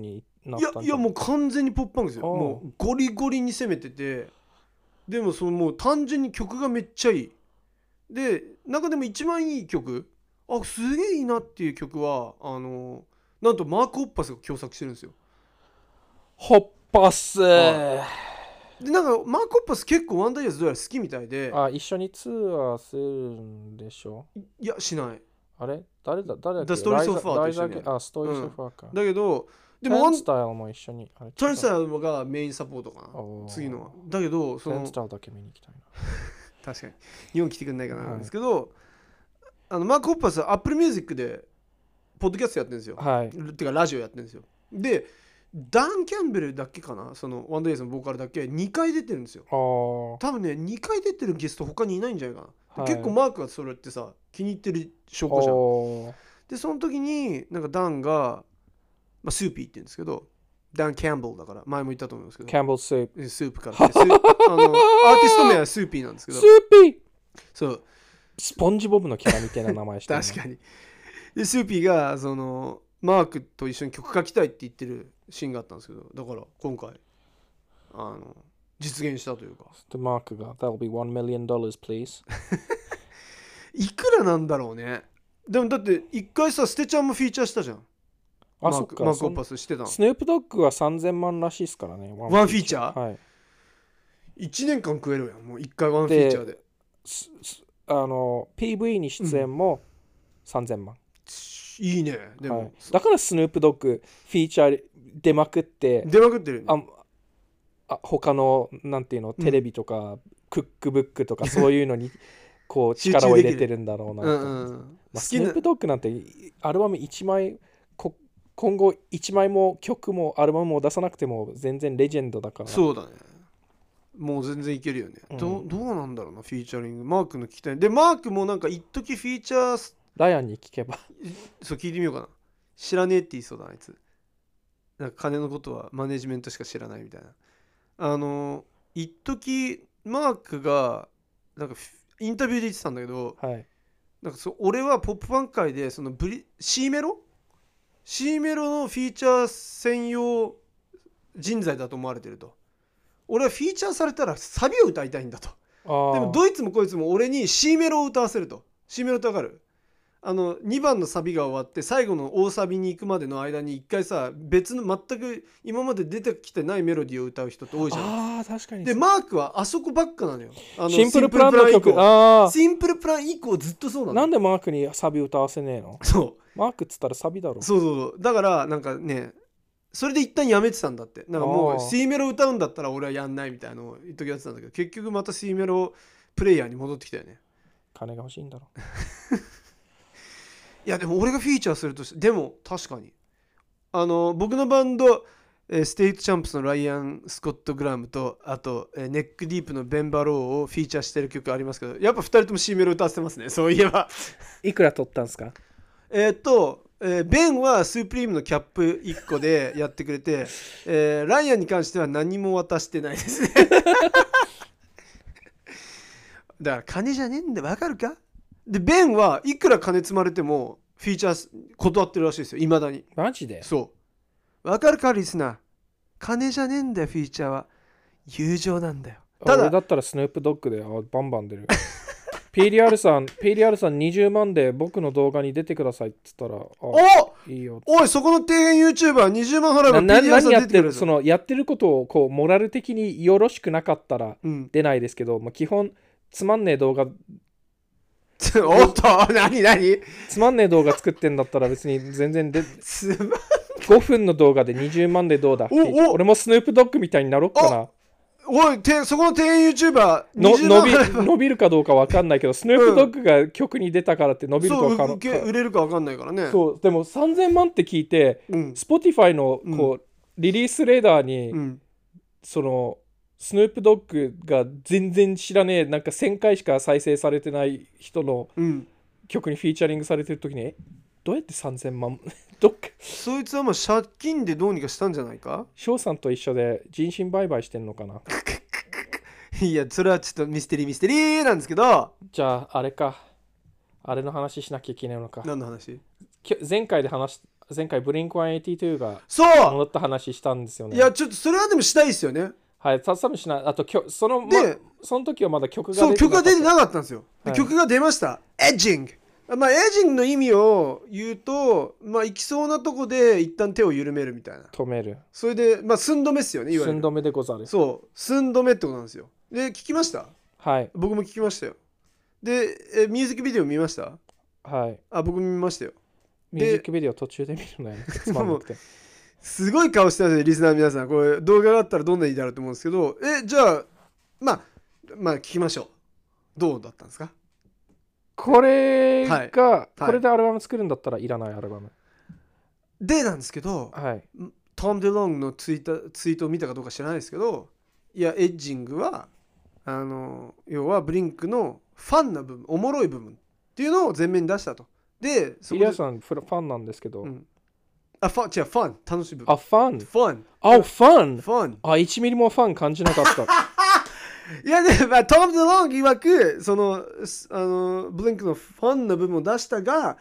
なったんじゃん。 いやいやもう完全にポップパンクですよ。もうゴリゴリに攻めてて、でもそのもう単純に曲がめっちゃいい。で中でも一番いい曲、あすげえいいなっていう曲はあのなんとマーク・ホッパスが共作してるんですよ。 ホッパス、 でなんかマーク・ホッパス結構ワンダイヤーズどうやら好きみたいで。 あ一緒にツアーするんでしょ。 いやしない。 あれ誰だ誰だっけ。 ストーリーソファーと一緒に。 あストーリーソファーか、 うん、だけどでもテンスタイルも一緒に。 テンスタイルがメインサポートかな次のは。だけどそのテンスタイルだけ見に行きたいな確かに日本来てくんないかな、はい、なんですけど、あのマーク・ホッパスは Apple Music でポッドキャストやってるんですよ、 はい、 てかラジオやってるんですよ。でダン・キャンベルだけかな、そのワンダイヤーズのボーカルだけにかい出てるんですよ。多分ねにかい出てるゲスト他にいないんじゃないかな、はい、結構マークがそれってさ気に入ってる証拠じゃん。でその時になんかダンが、まあ、スーピーって言うんですけど、ダン・キャンベルだから前も言ったと思うんですけど、 キャンベルスープスープからスーあのアーティスト名はスーピーなんですけど、 スーピーそうスポンジボブのキャラみたいな名前してる確かに。でスーピーがそのマークと一緒に曲書きたいって言ってるシーンがあったんですけど、だから今回あの実現したというか。 でマークが That'll be one million dollars please いくらなんだろうね。でもだって一回さステちゃんもフィーチャーしたじゃん。 あ、そっか。 マーク・オッパスしてたの。 スヌープドッグはさんぜんまんらしいですからね。 ワンフィーチャー、 はい、 いちねんかん食えるやん。もういっかいワンフィーチャーで。 あの ピーブイ に出演もさんぜんまん、うん、 いいね。でも、 はい、だからスヌープドッグフィーチャー出まくって出まくってる、ね、 ああ他のなんていうのテレビとか、うん、クックブックとかそういうのにこう力を入れてるんだろうなと、うんうんまあ、スヌープドッグなんてアルバムいちまいこ今後いちまいも曲もアルバムも出さなくても全然レジェンドだから。 そうだね。もう全然いけるよね、うん、ど, どうなんだろうなフィーチャリング。マークの聞きたいで、マークもなんか一時フィーチャーライアンに聞けばそう聞いてみようかな。知らねえって言いそうだなあいつ。なんか金のことはマネジメントしか知らないみたいな。あの一時マークがなんかインタビューで言ってたんだけど、 はい、 なんかそ俺はポップファン界でそのブリ C メロ C メロのフィーチャー専用人材だと思われてると。俺はフィーチャーされたらサビを歌いたいんだと。でもどいつもこいつも俺に C メロを歌わせると。 C メロってわかる？あのにばんのサビが終わって最後の大サビに行くまでの間に一回さ別の全く今まで出てきてないメロディーを歌う人って多いじゃん。 あ確かに。 でマークはあそこばっかなのよ。あのシンプルプランの曲。あシンプルプラン以降ずっとそうなの。 なんでマークにサビ歌わせねえの？ そうマークっつったらサビだろ。 そうそうそう。だからなんかねそれで一旦やめてたんだって。なんかもう C メロ歌うんだったら俺はやんないみたいなのを言っときやってたんだけど、結局また C メロプレイヤーに戻ってきたよね。 金が欲しいんだろいやでも俺がフィーチャーするとしてでも確かにあの僕のバンド、えー、ステイトチャンプスのライアン・スコット・グラムとあと、えー、ネックディープのベン・バローをフィーチャーしてる曲ありますけど、やっぱふたりとも C メロ歌ってますね。そういえばいくら取ったんですか？ えっとえー、ベンはスープリームのキャップいっこでやってくれて、えー、ライアンに関しては何も渡してないですねだから金じゃねえんだわかるか。でベンはいくら金積まれてもフィーチャー断ってるらしいですよ、いまだに。 マジで？ そうわかるかリスナー、金じゃねえんだよフィーチャーは、友情なんだよ。 ただ俺だったらスヌープドッグでバンバン出るピーディーアール さん ピーディーアール さんにじゅうまんで僕の動画に出てくださいって言ったら、 おいいよ。 おいそこの底辺 YouTuber にじゅうまん払えば ピーディーアール さん出てくる。 そのやってることをこうモラル的によろしくなかったら出ないですけど、うんまあ、基本つまんねえ動画おっと何何つまんねえ動画作ってんだったら別に全然でごふんの動画でにじゅうまんでどうだって。俺もスヌープドッグみたいになろっかな。 おいてそこの底辺 YouTuber の伸び伸びるかどうか分かんないけど、スヌープドッグが曲に出たからって伸びるか分かんない、 うん、売れるか分かんないからね。 そうでもさんぜんまんって聞いて、うん、Spotify のこう、うん、リリースレーダーに、うん、そのスヌープドッグが全然知らねえなんかせんかいしか再生されてない人の曲にフィーチャリングされてる時に、えどうやってさんぜんまんどっかそいつはもう借金でどうにかしたんじゃないか。 翔さんと一緒で人身売買してんのかな。 いやそれはちょっとミステリーミステリーなんですけど。 じゃああれかあれの話しなきゃいけないのか。 何の話？ 前回で話し前回ブリンクワンエイティーツーがそう戻った話したんですよね。 いやちょっとそれはでもしたいですよね。 はい、多分しない。あとそので、 ま、その時はまだ曲が出てなかった。そう曲が出てなかったんですよ。で、 はい、 曲が出ました。エッジング。まあエッジングの意味を言うと、まあ行きそうなとこで一旦手を緩めるみたいな。 止める。 それでまあ寸止めですよね。いわゆる寸止めでござる。 そう寸止めってことなんですよ。で聞きました。 はい。 僕も聞きましたよ。でえミュージックビデオ見ました。 はい。 あ僕も見ましたよ。 ミュージックビデオ途中で見るのやめてつまんなくて。 すごい顔してますねリスナーの皆さん。これ動画があったらどんなにいいだろうと思うんですけど、えじゃあまあまあ聞きましょう。どうだったんですか。 これが、はいはい、これでアルバム作るんだったらいらないアルバムでなんですけど、 はい、 トム・デロングのツイート、ツイートを見たかどうか知らないですけど、いやエッジングはあの要はブリンクのファンな部分、おもろい部分っていうのを前面に出したと。でイリアさんファンなんですけど、うん、 あファン違うファン楽しい部分。 あファンファンあファンファンあいちミリもファン感じなかったいやね、まあ、トム・デロング曰くそのあのブリンクのファンの部分を出したが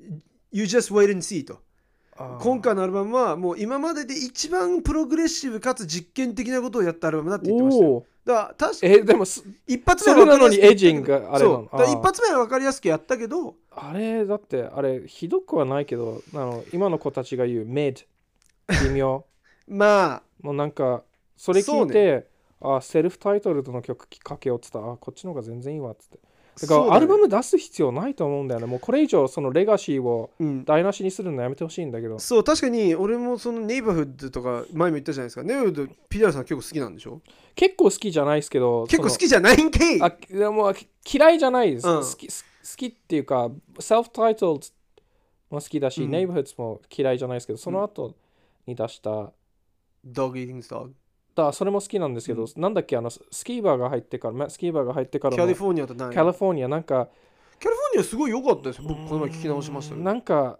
You just wait and see と。今回のアルバムはもう今までで一番プログレッシブかつ実験的なことをやったアルバムだって言ってましたよ。だから確かにえでも一発目は分かりやすくそれなのにエッジングがあれなの。 そう一発目は分かりやすくやったけどあれだってあれひどくはないけどあの今の子たちが言うメッド微妙まあもうなんかそれ聞いて、ね、あセルフタイトルの曲かけようって言ったらあこっちの方が全然いいわっつってだからアルバム出す必要ないと思うんだよね。もうこれ以上そのレガシーを台無しにするのやめてほしいんだけど、 うん、そう確かに俺もそのネイバーフッドとか前も言ったじゃないですか。ネイバーフッドピダルさん結構好きなんでしょ。 結構好きじゃないですけど結構好きじゃないんけい。 あでも嫌いじゃないです、うん、好き好きっていうかセルフタイトルも好きだし、うん、ネイバーフッドも嫌いじゃないですけどその後に出した、うん、 Dog Eating Dog だそれも好きなんですけど、うん、なんだっけあのスキーバーが入ってからスキーバーが入ってからキャリフォルニアと何キャリフォルニアなんかキャリフォルニアすごい良かったですよ。僕この前聞き直しましたけどなんか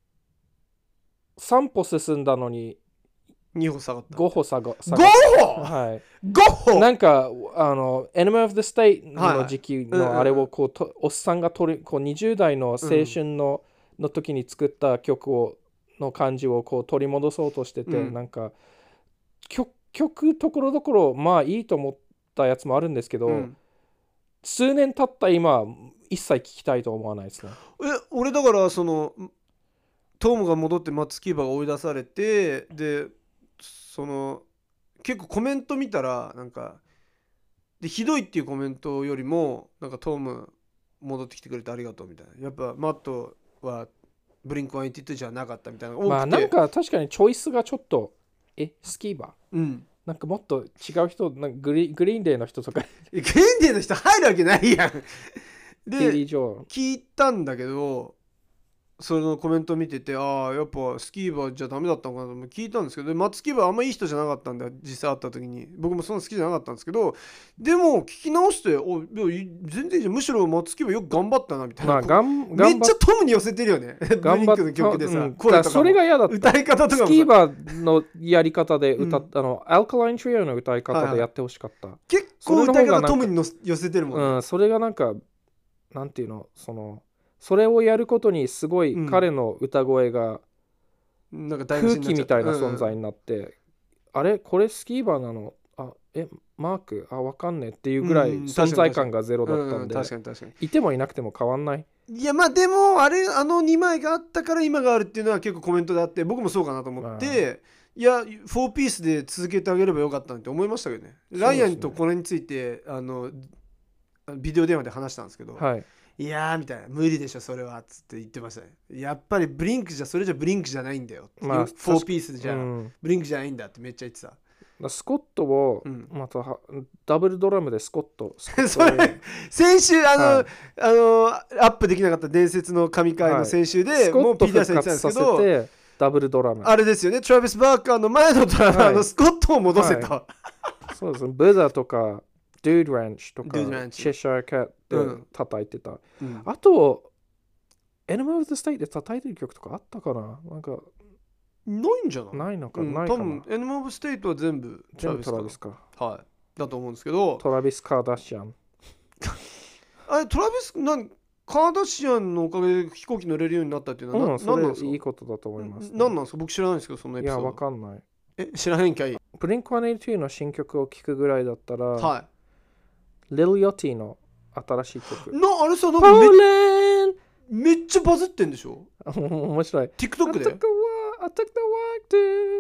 さん歩進んだのにに歩下がったご歩下がったご歩はいご歩なんかあの Enemy of the State の時期のあれをこう、はい、おっさんが取りこうにじゅう代の青春の、うん、の時に作った曲をの感じをこう取り戻そうとしてて、うん、なんか曲曲ところどころまあいいと思ったやつもあるんですけど、うん、数年経った今一切聞きたいと思わないですね。 え俺だからそのトムが戻ってマッツ・キーバーが追い出されてでその結構コメント見たらなんかでひどいっていうコメントよりもなんかトム戻ってきてくれてありがとうみたいなやっぱマットはブリンクワンエイティーツーじゃなかったみたいなのが多くてまあなんか確かにチョイスがちょっとえスキーバー、 うん、 なんかもっと違う人なんかグリ、グリーンデーの人とかグリーンデーの人入るわけないやんで聞いたんだけどそのコメント見ててああやっぱスキーバーじゃダメだったのかなと聞いたんですけどマッツ・キーバーあんまいい人じゃなかったんだ実際会った時に僕もそんな好きじゃなかったんですけどでも聞き直してお全然いいじゃんむしろマッツ・キーバーよく頑張ったなみたいな、まあ、がんめっちゃトムに寄せてるよね頑張っブリンクの曲でさ、うん、 声とかそれが嫌だった歌い方とかもスキーバーのやり方で歌った、うん、あのアルカライン・トリオの歌い方でやってほしかった、はいはい、 結構歌い方トムにの寄せてるもんね、 うん、それがなんかなんていうのそのそれをやることにすごい彼の歌声が空気みたいな存在になって、うん、あれこれスキーバーなのあえマークあわかんねえっていうぐらい存在感がゼロだったんで、 確かに確かにいてもいなくても変わんない。 いやまあでもあれあのにまいがあったから今があるっていうのは結構コメントであって僕もそうかなと思って、いやフォーピースで続けてあげればよかったなって思いましたけどね。ライアンとこれについてあのビデオ電話で話したんですけど、 はいいやーみたいな無理でしょそれはっつって言ってましたね。やっぱりブリンクじゃそれじゃブリンクじゃないんだよ、まあ、フォーピースじゃ、うん、ブリンクじゃないんだってめっちゃ言ってた。 スコットを、うん、またダブルドラムでスコットそれ先週あの、はい、あのアップできなかった伝説の神回の先週で、はい、もうピーターさん言ってたんですけどダブルドラムあれですよねトラビス・バーカーの前のドラマーのスコットを戻せた、はい、 そうですねブザとかドゥードランチとかチェシャーキャットで叩いてた、うん、あと Enemy of the State で叩いてる曲とかあったかななんかないんじゃないないのか、 うん、 ないかな多分 Enemy of the State は全部全部トラビスかはいだと思うんですけどトラビス・カーダシアンあれトラビスなんカーダシアンのおかげで飛行機乗れるようになったっていうのは、 うん、それ何なんですか？ いいことだと思います、ね。 何なんですか？僕知らないんですけど、そのエいピソード。 や、わかんない。 え、知らないんかい。 ブリンクワンエイティツーの新曲を聴くぐらいだったら、 はい。 Lil Yachtyの新しい曲。 な、あれさ、なんかめめっちゃバズってんでしょ？ 面白い。 TikTok で。 I took the walk, I took the walk to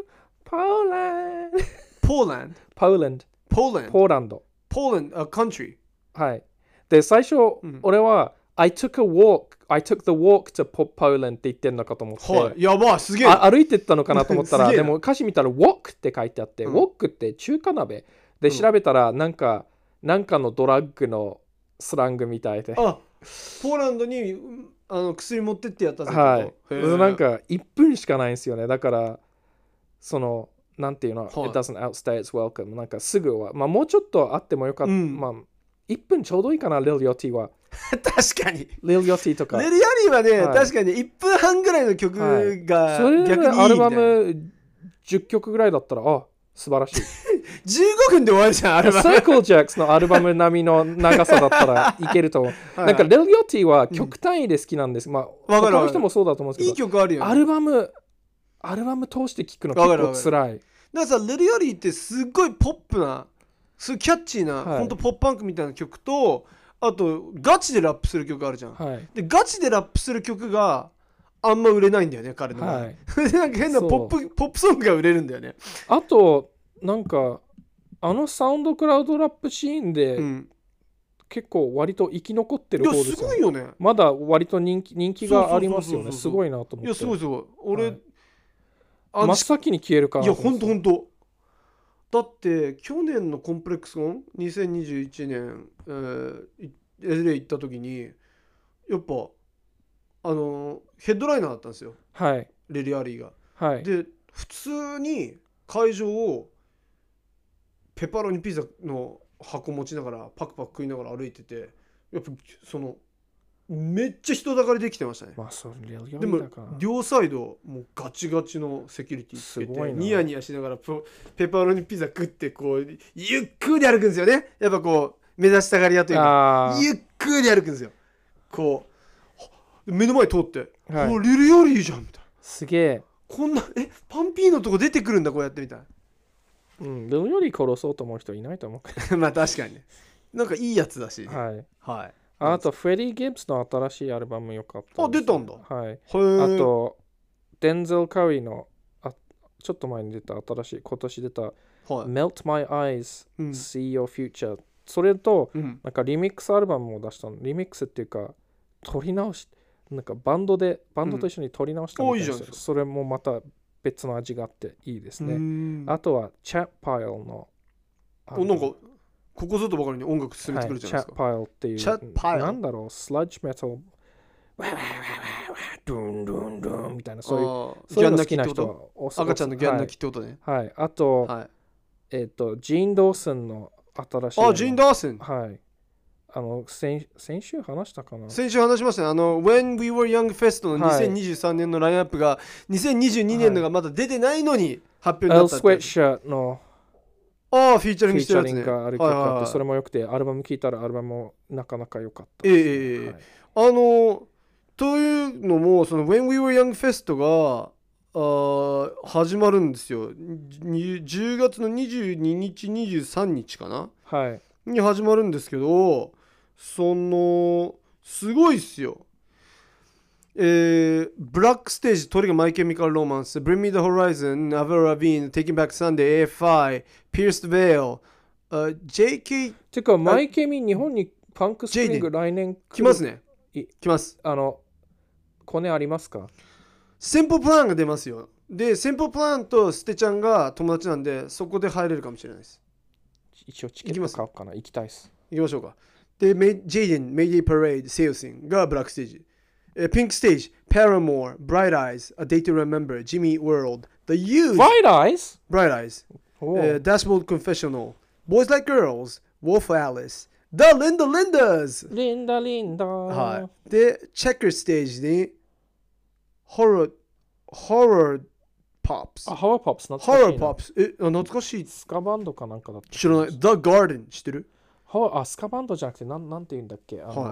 Poland. Poland? Poland. Poland. ポーランド。 Poland, a country. はい。で、最初、うん、俺は、I took a walk, I took the walk to Poland って言ってんのかと思って。 はい。やばい、すげえ。 歩いてったのかなと思ったら、でも歌詞見たら walk って書いてあって、うん、walk って中華鍋。で、調べたら、なんか、なんかのドラッグのスラングみたいで。 あ、ポーランドにあの薬持ってってやったぜ。 はい。なんかいっぷんしかないんですよね。だから、その、なんていうの、はい、It doesn't outstay its welcome。なんかすぐは、まあもうちょっとあってもよかった。うん、まあ、いっぷんちょうどいいかな、Lil Yachty は。 確かに。 Lil Yachty とか。 Lil Yachty はね、はい、確かにいっぷんはんぐらいの曲が、はい、 それでアルバムじゅっきょくぐらいだったら、あ、素晴らしい。 じゅうごふんで終わるじゃん、アルバム。 Circle Jerks のアルバム並みの長さだったらいけると思う。はいはい、なんか Lil Yachty は曲単位で好きなんです。うん、まあ、他の人もそうだと思うんですけど、 いい曲あるよ、ね。 アルバム、アルバム通して聴くの結構つらい。 だからさ、Lil Yachtyってすっごいポップな、すごいキャッチーな、はい、ほんとポップパンクみたいな曲と、あとガチでラップする曲あるじゃん。はい、でガチでラップする曲があんま売れないんだよね、彼の。はい、でなんか変なポップポップソングが売れるんだよね。 あとなんかあのサウンドクラウドラップシーンで、うん、結構割と生き残ってる方ですよね。 いやすごいよね。 まだ割と人気人気がありますよね。すごいなと思って。いやすごいすごい。俺、はい、 真っ先に消えるかな。 いやほんとほんと。だって去年のコンプレックスコンにせんにじゅういちねん、えー、エルエー 行った時にやっぱあのヘッドライナーだったんですよ。 はい。 レリアリーが。 はい。 で普通に会場をペパロニピザの箱持ちながらパクパク食いながら歩いてて、やっぱそのめっちゃ人だかりできてましたね。 まあそれよりでも両サイドもうガチガチのセキュリティつけてニヤニヤしながらペパロニピザ食ってこうゆっくり歩くんですよね。やっぱこう目指したがり屋というかゆっくり歩くんですよ。こう目の前通って、はい、おリルよりいいじゃんみたいな。 すげえ。 こんなえパンピーのとこ出てくるんだこうやってみたいな。 うん、リルより殺そうと思う人いないと思う。まあ確かにね。なんかいいやつだし、ね。 はいはい。 あとフレディ・ギブスの新しいアルバム良かった、 ね、あ出たんだ。 はい。あとデンゼル・カリーのあちょっと前に出た新しい今年出た、はい、Melt My Eyes、うん、See Your Future それと、うん、なんかリミックスアルバムも出したの。リミックスっていうか撮り直しなんかバンドでバンドと一緒に撮り直したみたいです、うん、それもまた別の味があっていいですね。あとはチャットパイルのおなんかここぞとばかりに音楽進めてくるじゃないですか。 はい、チャットパイルっていう。 チャットパイルなんだろうスラッジメタル。わわわわわドゥンドゥンドゥンみたいなそういうそういうの好きな人は赤ちゃんのギャン泣きってことね。 はい。はい、あと、はい、えっ、ー、とジーン・ドーソンの新しい。 あジーン・ドーソン。 はい。あの 先, 先週話したかな。 先週話しましたね。あの When We Were Young Fest のにせんにじゅうさんねんのラインアップがにせんにじゅうにねんのがまだ出てないのに発表になったって。 エル・スウェッシャーのああフィーチャリングしてるやつね。 フィーチャリングがある曲があってそれも良くてアルバム聴いたらアルバムもなかなか良かった。 ええーはい、あのというのもその When We Were Young Fest があ始まるんですよ。じゅうがつのにじゅうににちにじゅうさんにちかな、 はい、 に始まるんですけどそのすごいっすよ。えー、ブラックステージ、トリガー・マイ・ケミカル・ロマンス、Bring Me the Horizon、アヴル・ラビーン、Taking Back Sunday、エーエフアイ、Pierced Veil、uh、ジェイケーてかマイケミ日本にパンクスプリング来年来ますね。来ます。 あのコネありますか？ センポプランが出ますよ。でセンポプランとステちゃんが友達なんでそこで入れるかもしれないです。 一応チケット買おうかな。行きたいです。 行きましょうか。でジェイデン、メイディパレード、セイオシンがブラックステージ。ピンクステージ、Paramore、Bright Eyes、A Day to Remember、Jimmy Eat World、The Used、 Bright Eyes、 Bright Eyes、uh、Dashboard Confessional、Boys Like Girls、Wolf Alice、The Linda Lindas、 Linda Linda。 はい。で、Checker ステージに、Horror、Horror Pops。 あ、Horror Pops 懐かしい。 Horror Pops。え、懐かしい。 スカバンドかなんかだった。 知らない。The Garden 知ってる？ あ、スカバンドじゃなくて、なん、なんて言うんだっけあの、はい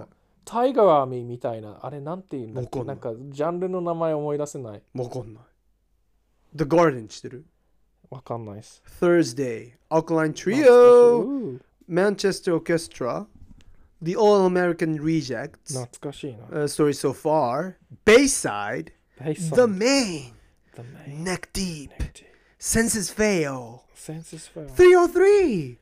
タイガーアーミーみたいな、あれなんていうんだっけ、なんかジャンルの名前思い出せない。 わかんない。The Garden 知ってる？ わかんないです。 Thursday, Alkaline Trio, Manchester Orchestra, The All-American Rejects, 懐かしいな。 uh, Story So Far, Bayside, Bayside. The Main, The Main. Neck Deep, Neck Deep. Senses Fail, Senses Fail. three oh three,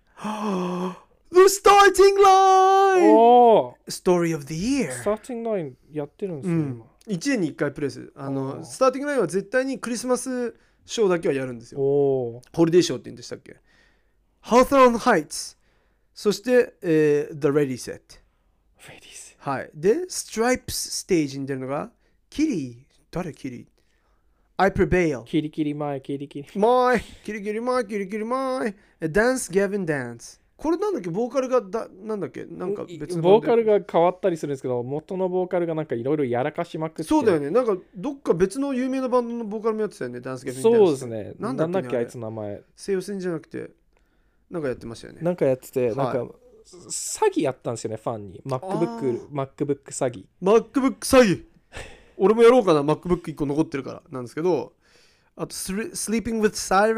The Starting Line, おー Story of the Year. スターティングラインやってるんですよ、 うん今。 いちねんにいっかいプレイする。あおのースターティングラインは絶対にクリスマスショーだけはやるんですよ。 おーホリデーショーって言うんでしたっけ？ Hawthorne Heights、 そして、えー、The Ready Set。 フェディス。 はい。で、Stripes ステージに出るのがキリー。誰キリー？ I Prevail。 キリキリ前、キリキリ。 マイキリキリマイキリキリマイ Dance Gavin Dance。これなんだっけ？ボーカルがだなんだっけ？なんか別のボーカルが変わったりするんですけど、元のボーカルがなんかいろいろやらかしまくって。 そうだよね。なんかどっか別の有名なバンドのボーカルもやってたよね。ダンスゲーム。 そうですね。 ななんんだっけ、 だっけ、 あいつ名前。 西洋戦じゃなくてなんかやってましたよね。 なんかやってて、 はいなんか詐欺やったんですよね、ファンに。MacBook、MacBook 詐欺。 MacBook 詐欺。俺もやろうかな。MacBook いっこ残ってるからなんですけど、あと Sleeping with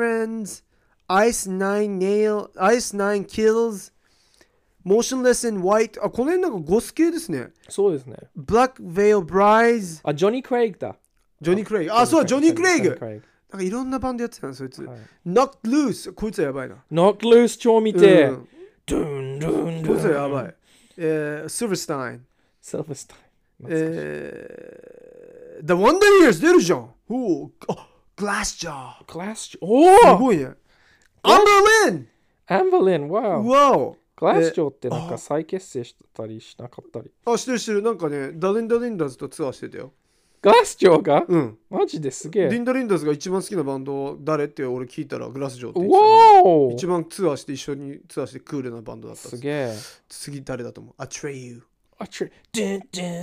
Sirens、Ice Nine Nail、Ice Nine Kills、Motionless in White。あ、この辺なんかゴス系ですね。 そうですね。 Black Veil Brides。 あ、ジョニー・クレイグだ。 ジョニー・クレイグ。あ、そうだ、ジョニー・クレイグ。 ジョニーなんかいろんなバンドやってたの、そいつ。 はい、 Knocked Loose。こいつはやばいな。 Knocked Loose 超見て。 うんドゥンドゥンドゥン。 こいつはやばい。えー、Silverstein。 セルフスタイル。 えー、The Wonder Years 出るじゃん。おあ、Glassjaw。 クラス、おおすごいね。Amberlin。 アンバリン、わお。 わお。 グラスジョーってなんか再結成したりしなかったり。 あ、してるしてる。なんかね、ダリンダリンダーズとツアーしてたよ。 グラスジョーがうん。 マジですげえ。 リンダリンダーズが一番好きなバンド誰って俺聞いたらグラスジョーって言ってた、 わお一番ツアーして一緒にツアーしてクールなバンドだった。 すげえ。 次誰だと思う？アトレイユ。 あ、ちょ、 え、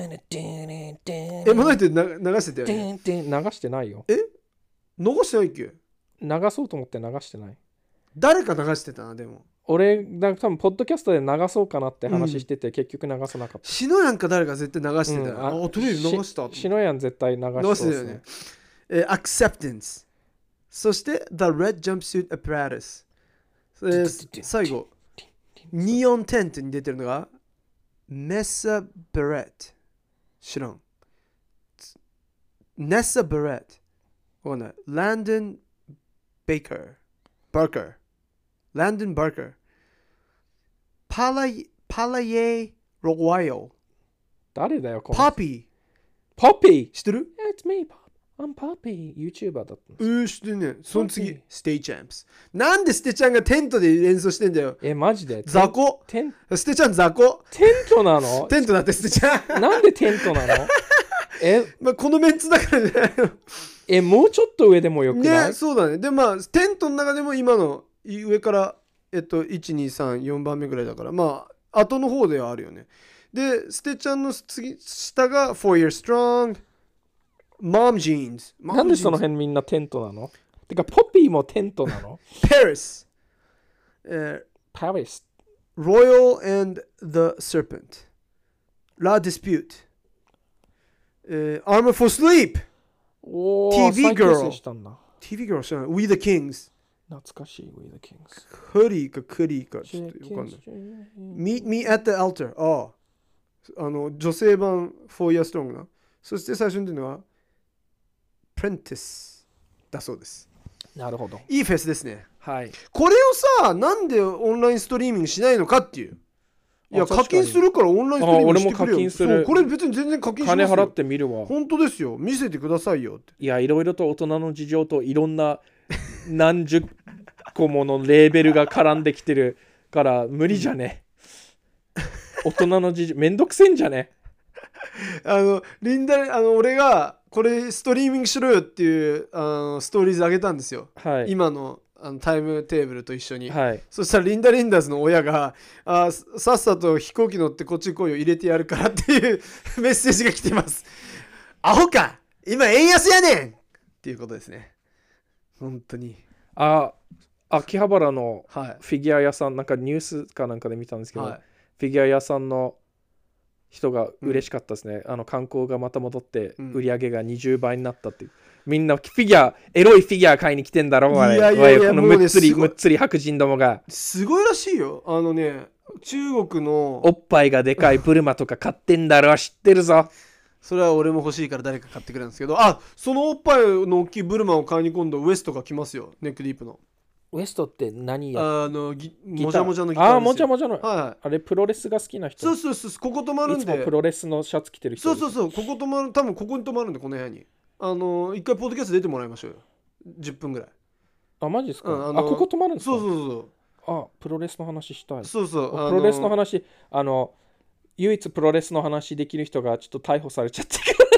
もうだってな流してたよね。 流してないよ。 え流してないっけ？ 流そうと思って流してない。 誰か流してたな、でも。 俺、なんか多分ポッドキャストで流そうかなって話してて、うん、結局流さなかった。 シノヤンか誰か絶対流してたよ。うん、あ、あとりあえず流した。 シノヤン絶対流してたよね。 えー、Acceptance。そして The Red Jumpsuit Apparatus。えー、最後、Neon Tent に出てるのがNessa Barrett。知らん。Nessa Barrett。わかんない。Landon Baker。Barker。Landon Barker。パライ、パライエロワイオ。 誰だよ、この。パピー。 パピー。 知ってる？ It's me, I'm Papi。YouTuber だったんです。 えー、知ってるね。その次、ステイチャンプス。なんでステちゃんがテントで演奏してんだよ。 え、マジで雑魚。 テンステちゃん雑魚。 テントなの？ テントだってステちゃん。 なんでテントなの？え、 まあ、このメンツだからじゃないの。 え、もうちょっと上でもよくない？ ね、そうだね。で、まあ、テントの中でも今の上から、えっと、いち、に、さん、よんばんめぐらいだから、まあ、後の方ではあるよね。で、ステちゃんの次、下が For Your Strong、Mom Jeans。 なんでその辺みんなテントなの？てか、ポピーもテントなの？ Paris。えー、Paris。 Royal and the Serpent。La Dispute。えー、Armor for Sleep。 おー、 ティーブイ Girl。 ティーブイ Girl 知らない。We the Kings。 懐かしい We the Kings。 クリーかクリーかちょっとわかんない。Meet Me at the Altar。ああ。あの、女性版 For Your Strong な。そして最初に出るのは Prentice だそうです。 なるほど。 いいフェスですね。 はい。 これをさ、なんでオンラインストリーミングしないのかっていう。いや、課金するからオンラインストリーミングしてくれよ。 俺も課金する。 これ別に全然課金しますよ。 金払ってみるわ。 本当ですよ。見せてくださいよって。 いや、いろいろと大人の事情といろんな何十個ものレーベルが絡んできてるから無理じゃね。大人の事情、めんどくせんじゃね。 あの、リンダ、あの、俺がこれストリーミングしろよっていうあのストーリーズあげたんですよ。 はい。 今のあのタイムテーブルと一緒に、 はい、 そしたらリンダ・リンダーズの親があさっさと飛行機乗ってこっち来いよ入れてやるからっていうメッセージが来てます。アホか今円安やねんっていうことですね。本当に。 あ、秋葉原のフィギュア屋さん、なんかニュースかなんかで見たんですけど、はい、フィギュア屋さんの人が嬉しかったですね、うん、あの観光がまた戻って売り上げがにじゅうばいになったっていう、うん、みんなフィギュアエロいフィギュア買いに来てんだろう、あれ。いやいやいや、このむっつりむっつり白人どもがすごいらしいよ。あのね、中国のおっぱいがでかいブルマとか買ってんだろ、知ってるぞ。 それは俺も欲しいから誰か買ってくれるんですけど、あ、そのおっぱいの大きいブルマを買いに今度ウエストが来ますよ、ネックディープの。 ウエストって何やあのギもじゃもじゃのギターですよ。 あ、もじゃもじゃの、 はい、 あれプロレスが好きな人。 そうそうそう、ここ止まるんで。 いつもプロレスのシャツ着てる人。 そうそうそう、ここ止まる、多分ここに止まるんで、この部屋に。あの一回ポッドキャスト出てもらいましょうよ、じゅっぷんぐらい。 あ、マジですか、うん、 あのあ、ここ止まるんですか。 そうそうそう、 あ、プロレスの話したい。 そうそう、 プロレスの話、あの唯一プロレスの話できる人がちょっと逮捕されちゃって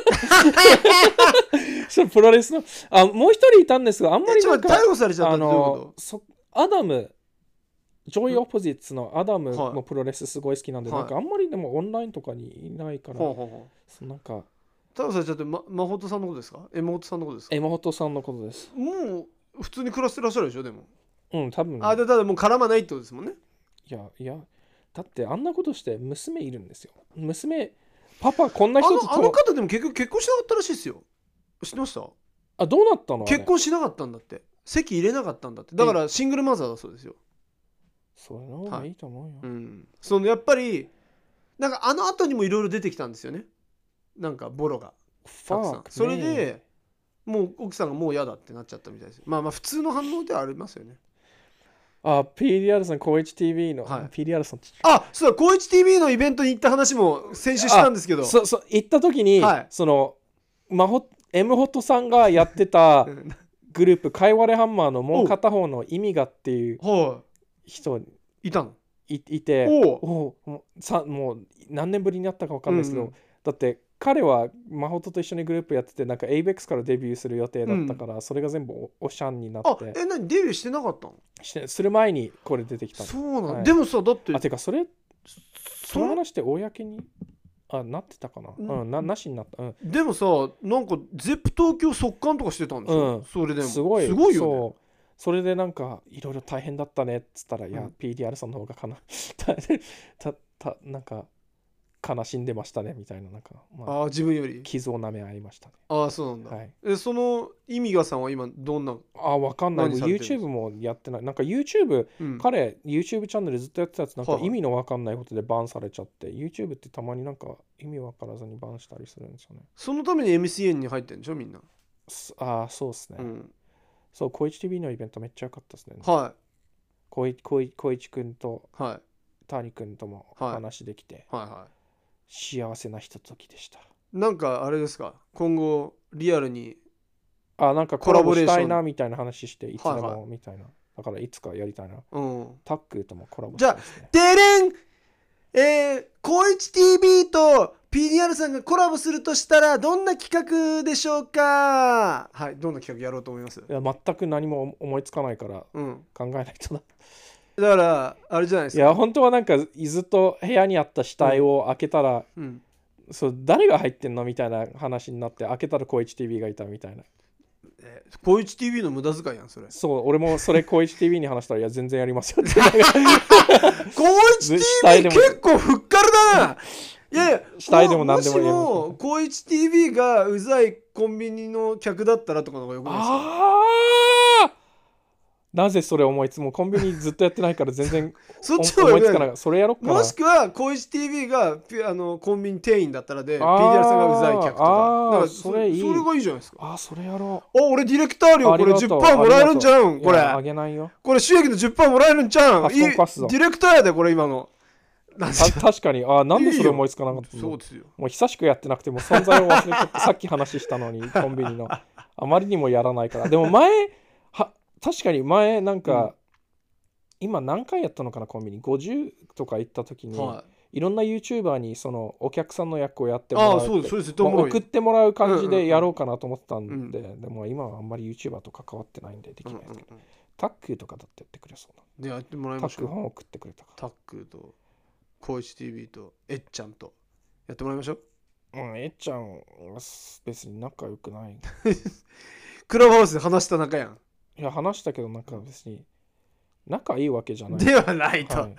そうプロレスのあもう一人いたんですが、あんまりなんか逮捕されちゃったんだよ。 アダムジョイオポジッツのアダムもプロレスすごい好きなんで、はい、なんかあんまりでもオンラインとかにいないから、はい、そなんか逮捕されちゃって、ま、マホトさんのことですか？エモホトさんのことですか？ エモホトさんのことです。 もう普通に暮らしてらっしゃるでしょ、でも。 うん、多分、ね、 あ、でただもう絡まないってことですもんね。 いやいや、だってあんなことして娘いるんですよ。娘、パパこんな人と。 あの、あの方でも結局結婚しなかったらしいですよ。知ってました？ あ、どうなったの？ 結婚しなかったんだって。籍入れなかったんだって。だからシングルマザーだそうですよ。 それの方がいいと思うよ、 はい、うん、そのやっぱりなんかあの後にもいろいろ出てきたんですよね、なんかボロがたくさん。それでもう奥さんがもう嫌だってなっちゃったみたいです。まあまあ普通の反応ではありますよね。 あ、ピーディーアール さん、コーエイチティービー の、はい、ピーディーアール さん、 あ、そうだ、コーエイチティービー のイベントに行った話も先週したんですけど、 そそ行った時に、はい、そのマホ M ホットさんがやってたグループカイワレハンマーのもう片方の意味がっていう人いたのい, いておおさもう何年ぶりになったか分かんないですけど、うん、だって彼はマホトと一緒にグループやってて、なんか エイベックス からデビューする予定だったから、うん、それが全部 お, おしゃんになって。あ、 え、何デビューしてなかったの？ してする前にこれ出てきたの。 そうなの、 はい、 でもさ、だってあ、てかそれその話って公にあなってたかな、うんうん、な, なしになった、うん、 でもさ、なんか ゼップ 東京速乾とかしてたんでしょ、うん、それでもすごいすごいよね。 そう、それでなんかいろいろ大変だったねっつったら、うん、いや ピーディーアール さんの方がかなたたなんか悲しんでましたねみたいな、なんか、 まあ、あ、自分より傷を舐め合いましたね。 ああ、そうなんだ、 はい、 えその意味がさんは今どんな、 あ、わかんない、YouTube もやってない、なんか YouTube、うん、彼 YouTube チャンネルずっとやってたやつ、なんか意味のわかんないことでバンされちゃって、はい、YouTube ってたまになんか意味わからずにバンしたりするんですよね。 そのために エムシーエヌ に入ってるんでしょみんな。 ああ、そうですね、うん、そう、コイチ ティービー のイベントめっちゃ良かったですね。 はい、 コイコイコイチ君と、 はい、 谷君とも話できて、 はいはいはい、 幸せなひとときでした。 なんかあれですか、今後リアルにあ、なんかコラボしたいなみたいな話して、いつでもみたいな、はいはい、だからいつかやりたいな、うん、タックともコラボしたいですね。 じゃあデレン、えー、コイチ ティービー と ピーディーアール さんがコラボするとしたらどんな企画でしょうか。はい、どんな企画やろうと思います？ いや、全く何も思いつかないから考えないとな、 うん、だからあれじゃないですか。 いや、本当はなんかずっと部屋にあった死体を開けたら、うんうん、そう誰が入ってんのみたいな話になって、開けたらコイチ ティービー がいたみたいな。 えー、コイチ ティービー の無駄遣いやんそれ。 そう、俺もそれコイチ ティービー に話したら、いや全然やりますよってコイチ ティービー 結構ふっかるだな。いやいや、 死体でも何でもやります。 もしもコイチ ティービー がうざいコンビニの客だったらとかの方がよくないですか？ ああ、なぜそれ思いつもコンビニずっとやってないから全然そっち思いつかない。それやろっかな。 もしくはコイチ ティービー があのコンビニ店員だったらで ピーディーアール さんがうざい客とか、だからそれいい、それがいいじゃないですか。 あ、それやろう。あ、俺ディレクター料これ じゅっパーセント もらえるんじゃん。これあげないよ。 これ収益の じゅっパーセント もらえるんじゃん。いいディレクターやでこれ今の。 あ、確かに。あ、なんでそれ思いつかなかったの？ そうですよ。 もう久しくやってなくても存在を忘れちゃってさっき話したのにコンビニのあまりにもやらないから。でも前は確かに前なんか、うん、今何回やったのかな、コンビニごじゅうとか行った時に、はい、いろんな YouTuber にそのお客さんの役をやってもらう、あ、そうです、そうです、まあ、送ってもらう感じでやろうかなと思ってたんで、うんうんうん、でも今はあんまり YouTuber と関わってないんでできないですけど、うんうんうん、タックとかだってやってくれそうな。 でやってもらいましょう。 タックファン送ってくれたから。 タックとコイチ ティービー とえっちゃんとやってもらいましょう。 うん、えっちゃん別に仲良くないクラブハウスで話した仲やん。 いや話したけどなんか別に仲いいわけじゃないではないと、 はい、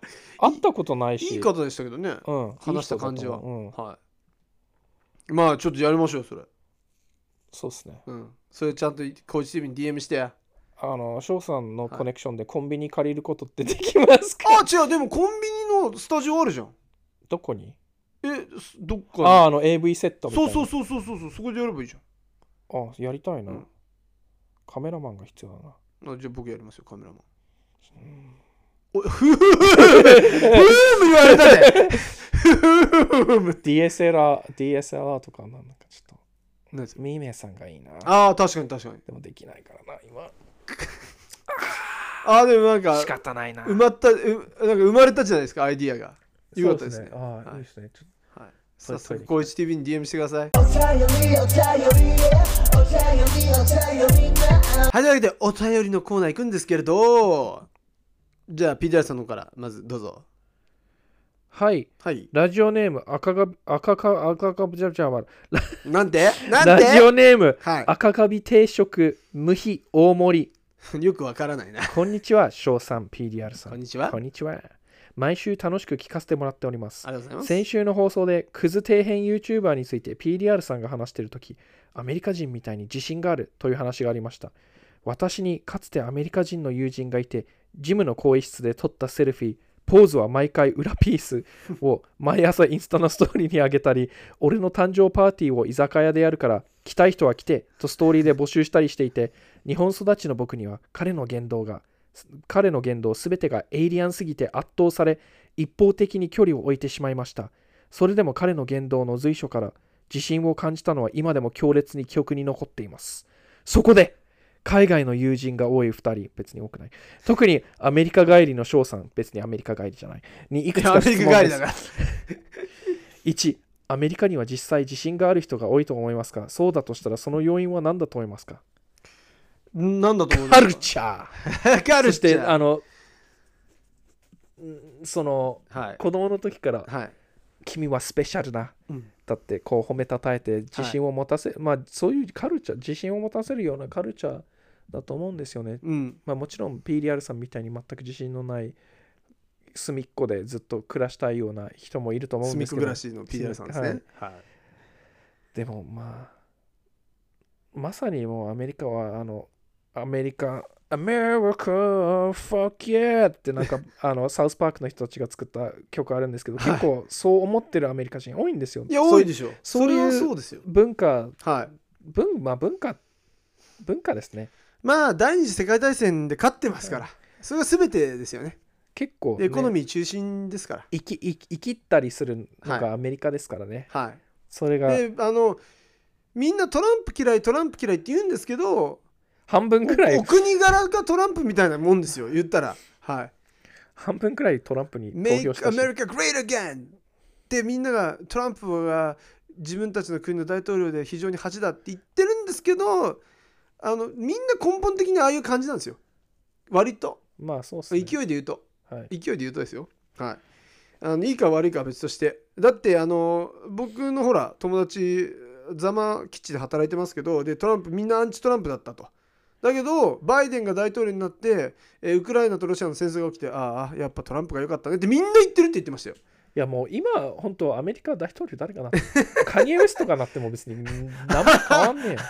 会ったことないしいい方でしたけどね、 うん、 話した感じは、 いい人だと思う、うん、 はい。まあちょっとやりましょうそれ。 そうっすね。 うん。それちゃんとコイチ ティーブイ に ディーエム してや。 あの翔さんのコネクションでコンビニ借りることってできますか？ あ、違う、でもコンビニのスタジオあるじゃん。 どこに？ え、どっかに。 あ、あの エーブイ セットみたいな。 そうそうそうそうそう、そこでやればいいじゃん。あ、やりたいな、うん、カメラマンが必要だな。あ、じゃあ僕やりますよ、カメラマン。 うん、 お、ふーふー言われたで。 ディーエスエルアー、ディーエスエルアー とかなんかちょっとミーメイさんがいいな。 ああ、確かに確かに。 でもできないからな今。 ああ、でもなんか仕方ないな。 埋まったうなんか生まれたじゃないですか、アイディアが。よかったですね。 ああ、はい、いいですね。ちょっと、 はい。早速コイチ ティーブイ に ディーエム してください。はい、というわけでお便りのコーナー行くんですけれど、じゃあ ピーディーアール さんの方からまずどうぞ。 はい、 はい、 ラジオネーム赤が赤か赤かぶじゃじゃわなんでなんでラジオネーム、 はい、 赤カビ定食無比大盛りよくわからないな。 こんにちは、翔さん、 ピーディーアール さん。 こんにちは。 こんにちは。毎週楽しく聞かせてもらっております。 ありがとうございます。 先週の放送でクズ底辺 YouTuber について ピーディーアール さんが話しているとき、アメリカ人みたいに自信があるという話がありました。私にかつてアメリカ人の友人がいて、ジムの更衣室で撮ったセルフィー、ポーズは毎回裏ピースを毎朝インスタのストーリーに上げたり、俺の誕生パーティーを居酒屋でやるから来たい人は来てとストーリーで募集したりしていて、日本育ちの僕には彼の言動が彼の言動すべてがエイリアンすぎて圧倒され、一方的に距離を置いてしまいました。それでも彼の言動の随所から自信を感じたのは今でも強烈に記憶に残っています。そこで海外の友人が多いふたり、別に多くない。特にアメリカ帰りの翔さん、別にアメリカ帰りじゃない。にいくつか質問です。いち、アメリカには実際自信がある人が多いと思いますか？そうだとしたらその要因は何だと思いますか？ 何だと思いますか？ カルチャー。カルチャー。そしてあのその、はい、子供の時から、はい、君はスペシャルな、うん、だってこう褒めたたえて自信を持たせ、はい、まあそういうカルチャー、自信を持たせるようなカルチャーだと思うんですよね、うん、まあもちろん ピーディーアール さんみたいに全く自信のない隅っこでずっと暮らしたいような人もいると思うんですけど、 隅っこ暮らしの ピーディーアール さんですね、はいはい、 でもまあまさにもうアメリカはあのアメリカアメリカ fuck yeah ってなんかあのサウスパークの人たちが作った曲あるんですけど、はい、結構そう思ってるアメリカ人多いんですよ。 いや多いでしょ。 そういう文化、 はい、 文まあ文化文化ですね。 まあ第二次世界大戦で勝ってますから、はい、それが全てですよね。 結構、 ね、エコノミー中心ですから。 生き生き生きったりするのがアメリカですからね。 はい。 それがであのみんなトランプ嫌いトランプ嫌いって言うんですけど。 半分くらいお国柄がトランプみたいなもんですよ、言ったら。はい。 半分くらいトランプに投票したし。 Make America Great Again! ってみんながトランプが自分たちの国の大統領で非常に恥だって言ってるんですけど、あのみんな根本的にああいう感じなんですよ。割と。 まあそうっすね。 勢いで言うと。 はい、 勢いで言うとですよ。はい。あのいいか悪いかは別として。だってあの僕のほら友達ザマ基地で働いてますけど、でトランプみんなアンチトランプだったと。だけどバイデンが大統領になって、えー、ウクライナとロシアの戦争が起きて、ああやっぱトランプが良かったねってみんな言ってるって言ってましたよ。 いやもう今本当アメリカ大統領誰かなカニエ・ウェストかなっても別に何も変わんねえって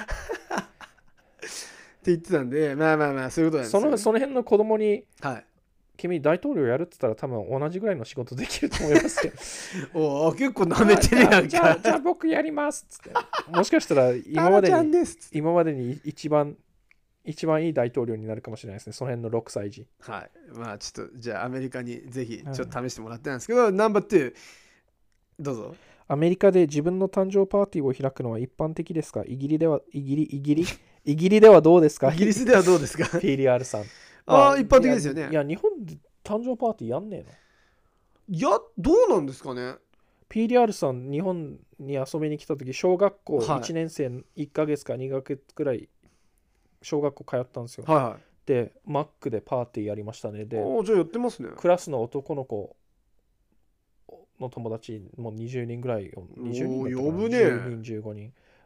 言ってたんで、まあまあまあそういうことなんですよ、ね、 そのその辺の子供に、 はい、 君大統領やるって言ったら多分同じぐらいの仕事できると思いますよおお結構なめてるやんか。 じゃあじゃあ僕やりますっつってもしかしたら今までに今までに一番一番いい大統領になるかもしれないですね、その辺のろくさい児。 はい。まあちょっとじゃあアメリカにぜひちょっと試してもらってなんですけど、ナンバーツーどうぞ。 アメリカで自分の誕生パーティーを開くのは一般的ですか？イギリではイギリイギリイギリではどうですか？ イギリスではどうですか？ ピーディーアール さん。 ああ一般的ですよね。 いや、いや日本で誕生パーティーやんねえの？ いやどうなんですかね。 ピーディーアール さん日本に遊びに来た時小学校いちねん生いっかげつかにかげつくらい小学校通ったんですよ。 はいはい、 でマックでパーティーやりましたね。でじゃあやってますね。 クラスの男の子の友達もうにじゅうにんぐらいにじゅうにんだったかな、 呼ぶね。 じゅうにんじゅうごにん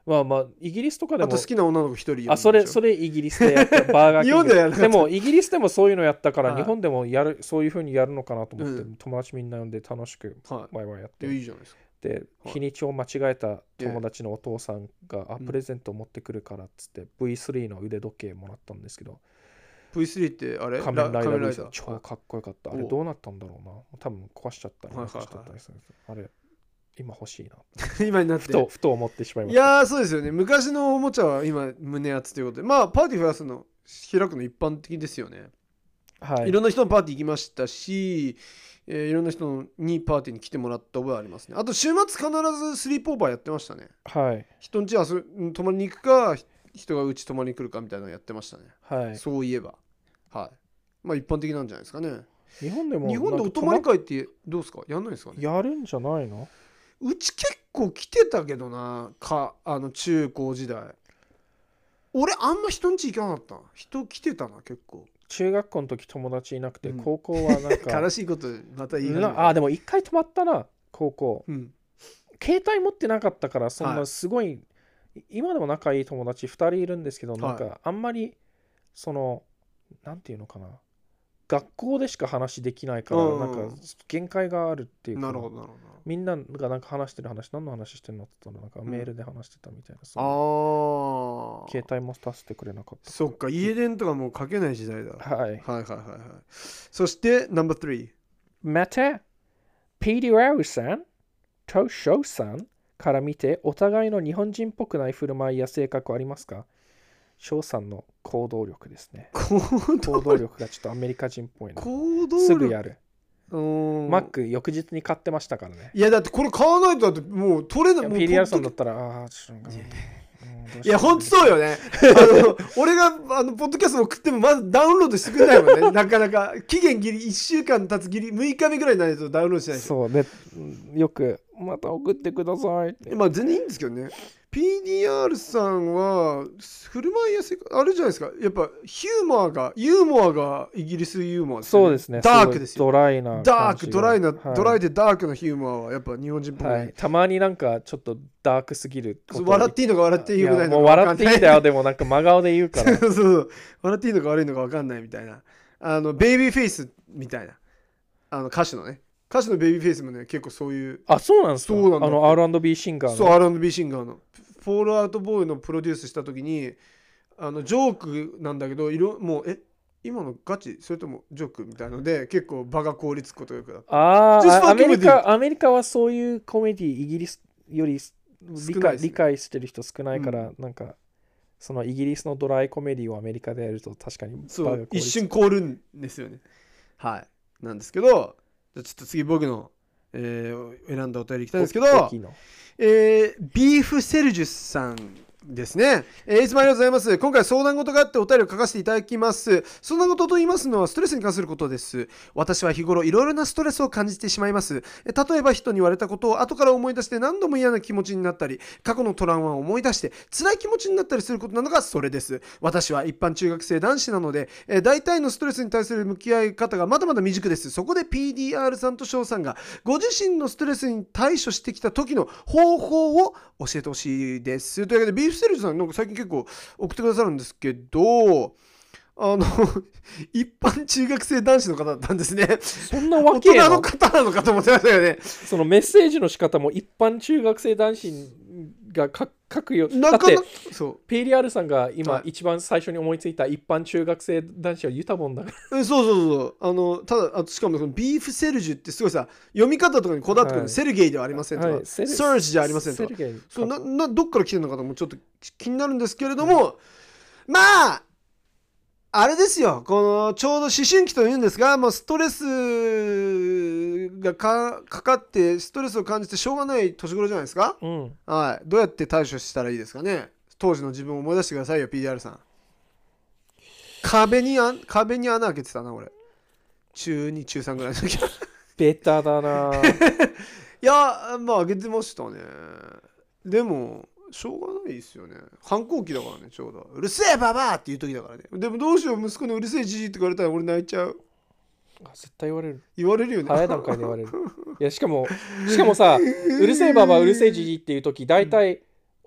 まあまあイギリスとかでもあと好きな女の子一人いるんでしょ。 あそれそれイギリスでやったバーガーキング日本でやらなかったでもイギリスでもそういうのやったから、 はい日本でもやるそういう風にやるのかなと思って、 うん友達みんな呼んで楽しくはいワイワイやって、 いいじゃないですか。 で、 はい日にちを間違えた友達のお父さんが、あうんプレゼントを持ってくるからっつって ブイスリー の腕時計もらったんですけど、 ブイスリー ってあれ仮面ライダー ブイスリー仮面ライダー超かっこよかった。あれおうどうなったんだろうな、多分壊しちゃったりはいはいはいしちゃったりするんですよあれ今欲しいな今になってふとふと思ってしまいまいした。 やーそうですよね。昔のおもちゃは今胸熱ということで、まあパーティー増やすの開くの一般的ですよね。 はいいろんな人のパーティー行きましたし、えーいろんな人にパーティーに来てもらった覚えありますね。あと週末必ずスリープオーバーやってましたね。 はい人ん家遊び泊まりに行くか、人がうち泊まりに来るかみたいなのやってましたね。 はいそういえば。はい。まあ一般的なんじゃないですかね。 日本でも日本でお泊まり会ってどうですか？やんないですかね？ やるんじゃないの？ うち結構来てたけどな、かあの中高時代。俺あんま人ん家行かなかった。人来てたな結構。 中学校の時友達いなくて、 うん高校はなんか悲しいことまた言い始めなた。 あでも一回泊まったな高校。 うん。 携帯持ってなかったからそんはないすごい、今でも仲いい友達ふたりいるんですけど、なんはかあんまりそのなんていうのかな、学校でしか話できないからうんなんか限界があるっていうか、 なるほどなるほど。 みんながなんか話してる話何の話してるのって言ったらなんかんメールで話してたみたいな、そあのあ。 携帯も出してくれなかった。 そっか、家電とかもうかけない時代だ。はいはい。 はいはいはい。そしてナンバースリー。 また、ピーディラウさんとショウさんから見てお互いの日本人っぽくない振る舞いや性格ありますか？ショウさんの行動力ですね。 行行動力がちょっとアメリカ人っぽいな。 行動力すぐやる。 うーんマック翌日に買ってましたからね。 いやだってこれ買わないとだってもう取れない。もうピーディアルさんポッだったら、ああ、ちょっと。 いやほんとそうよね。あの俺があのポッドキャスト送ってもまずダウンロードしてくれないもんね。なかなか期限ギリいっしゅうかん経つギリむいかめぐらいになるとダウンロードしないでしょ。 そうで、よくまた送ってくださいって。 まあ全然いいんですけどね。ピーディーアール さんは振る舞いやすいあれじゃないですか。やっぱヒューモアがユーモアがイギリスユーモアですよね。 そうですね。 ダークですよ。 ドライな。 ダークドライな、 はい、 ドライでダークなヒューモアはやっぱ日本人っぽい、 はい。たまになんかちょっとダークすぎること。 笑っていいのか笑っていいのかないのかもう笑っていいんだよ。でもなんか真顔で言うから。 そうそう笑っていいのか悪いのか分かんないみたいな。あのベイビーフェイスみたいな。あの歌手のね。歌手のベイビーフェイスもね結構そういう。 あ、そうなんですか。 そうなんだあの アールアンドビー シンガーの。 そう アールアンドビー シンガーの。フォールアウトボーイのプロデュースした時にあのジョークなんだけど色もうえ今のガチそれともジョークみたいので結構場が凍りつくことよくだった。 あ Just あ、ア fucking メリ with カ、アメリカはそういうコメディイギリスより理解,、 少ないですね理解してる人少ないから、 うんなんかそのイギリスのドライコメディをアメリカでやると確かにそう場が凍りつく一瞬凍るんですよね。はいなんですけど、じゃあちょっと次僕の、えー選んだお便りいきたいんですけど、 大きいのえービーフセルジュスさんですね、えーいつもありがとうございます。今回相談事があってお便りを書かせていただきます。相談事と言いますのはストレスに関することです。私は日頃いろいろなストレスを感じてしまいます。えー例えば人に言われたことを後から思い出して何度も嫌な気持ちになったり、過去のトラウマを思い出して辛い気持ちになったりすることなのがそれです。私は一般中学生男子なので、えー大体のストレスに対する向き合い方がまだまだ未熟です。そこで ピーディーアール さんと翔さんがご自身のストレスに対処してきた時の方法を教えてほしいです。というわけでビーフセルジュさんなんか最近結構送ってくださるんですけど、あの一般中学生男子の方だったんですね。 そんなわけ大人の方なのかと思ってましたよね。 そのメッセージの仕方も一般中学生男子が書くよ。 なかなかだってそうピーディーアール さんが今、 はい一番最初に思いついた一般中学生男子はユタボンだからえそうそうそうあのただあとしかもそのビーフセルジュってすごいさ読み方とかにこだわってくる、 はいセルゲイではありませんとか、 はいセルサージじゃありませんとかセルゲイそうななどっから来てるのかともちょっと気になるんですけれども、まああれですよ、このちょうど思春期というんですが、もうストレスが か, かかってストレスを感じてしょうがない年頃じゃないですか、 うんはい、どうやって対処したらいいですかね。当時の自分を思い出してくださいよ ピーディーアール さん。壁にあ壁に穴開けてたな俺、中に中さんぐらいの時ベタだないやまあ開けてましたね。でもしょうがないですよね。反抗期だからね、ちょうどうるせえババアっていう時だからね。でもどうしよう、息子にうるせえじじいって言われたら俺泣いちゃう。 あ絶対言われる言われるよね。 早い段階で言われるいやしかもしかもさうるせえババアうるせえじじいっていう時大体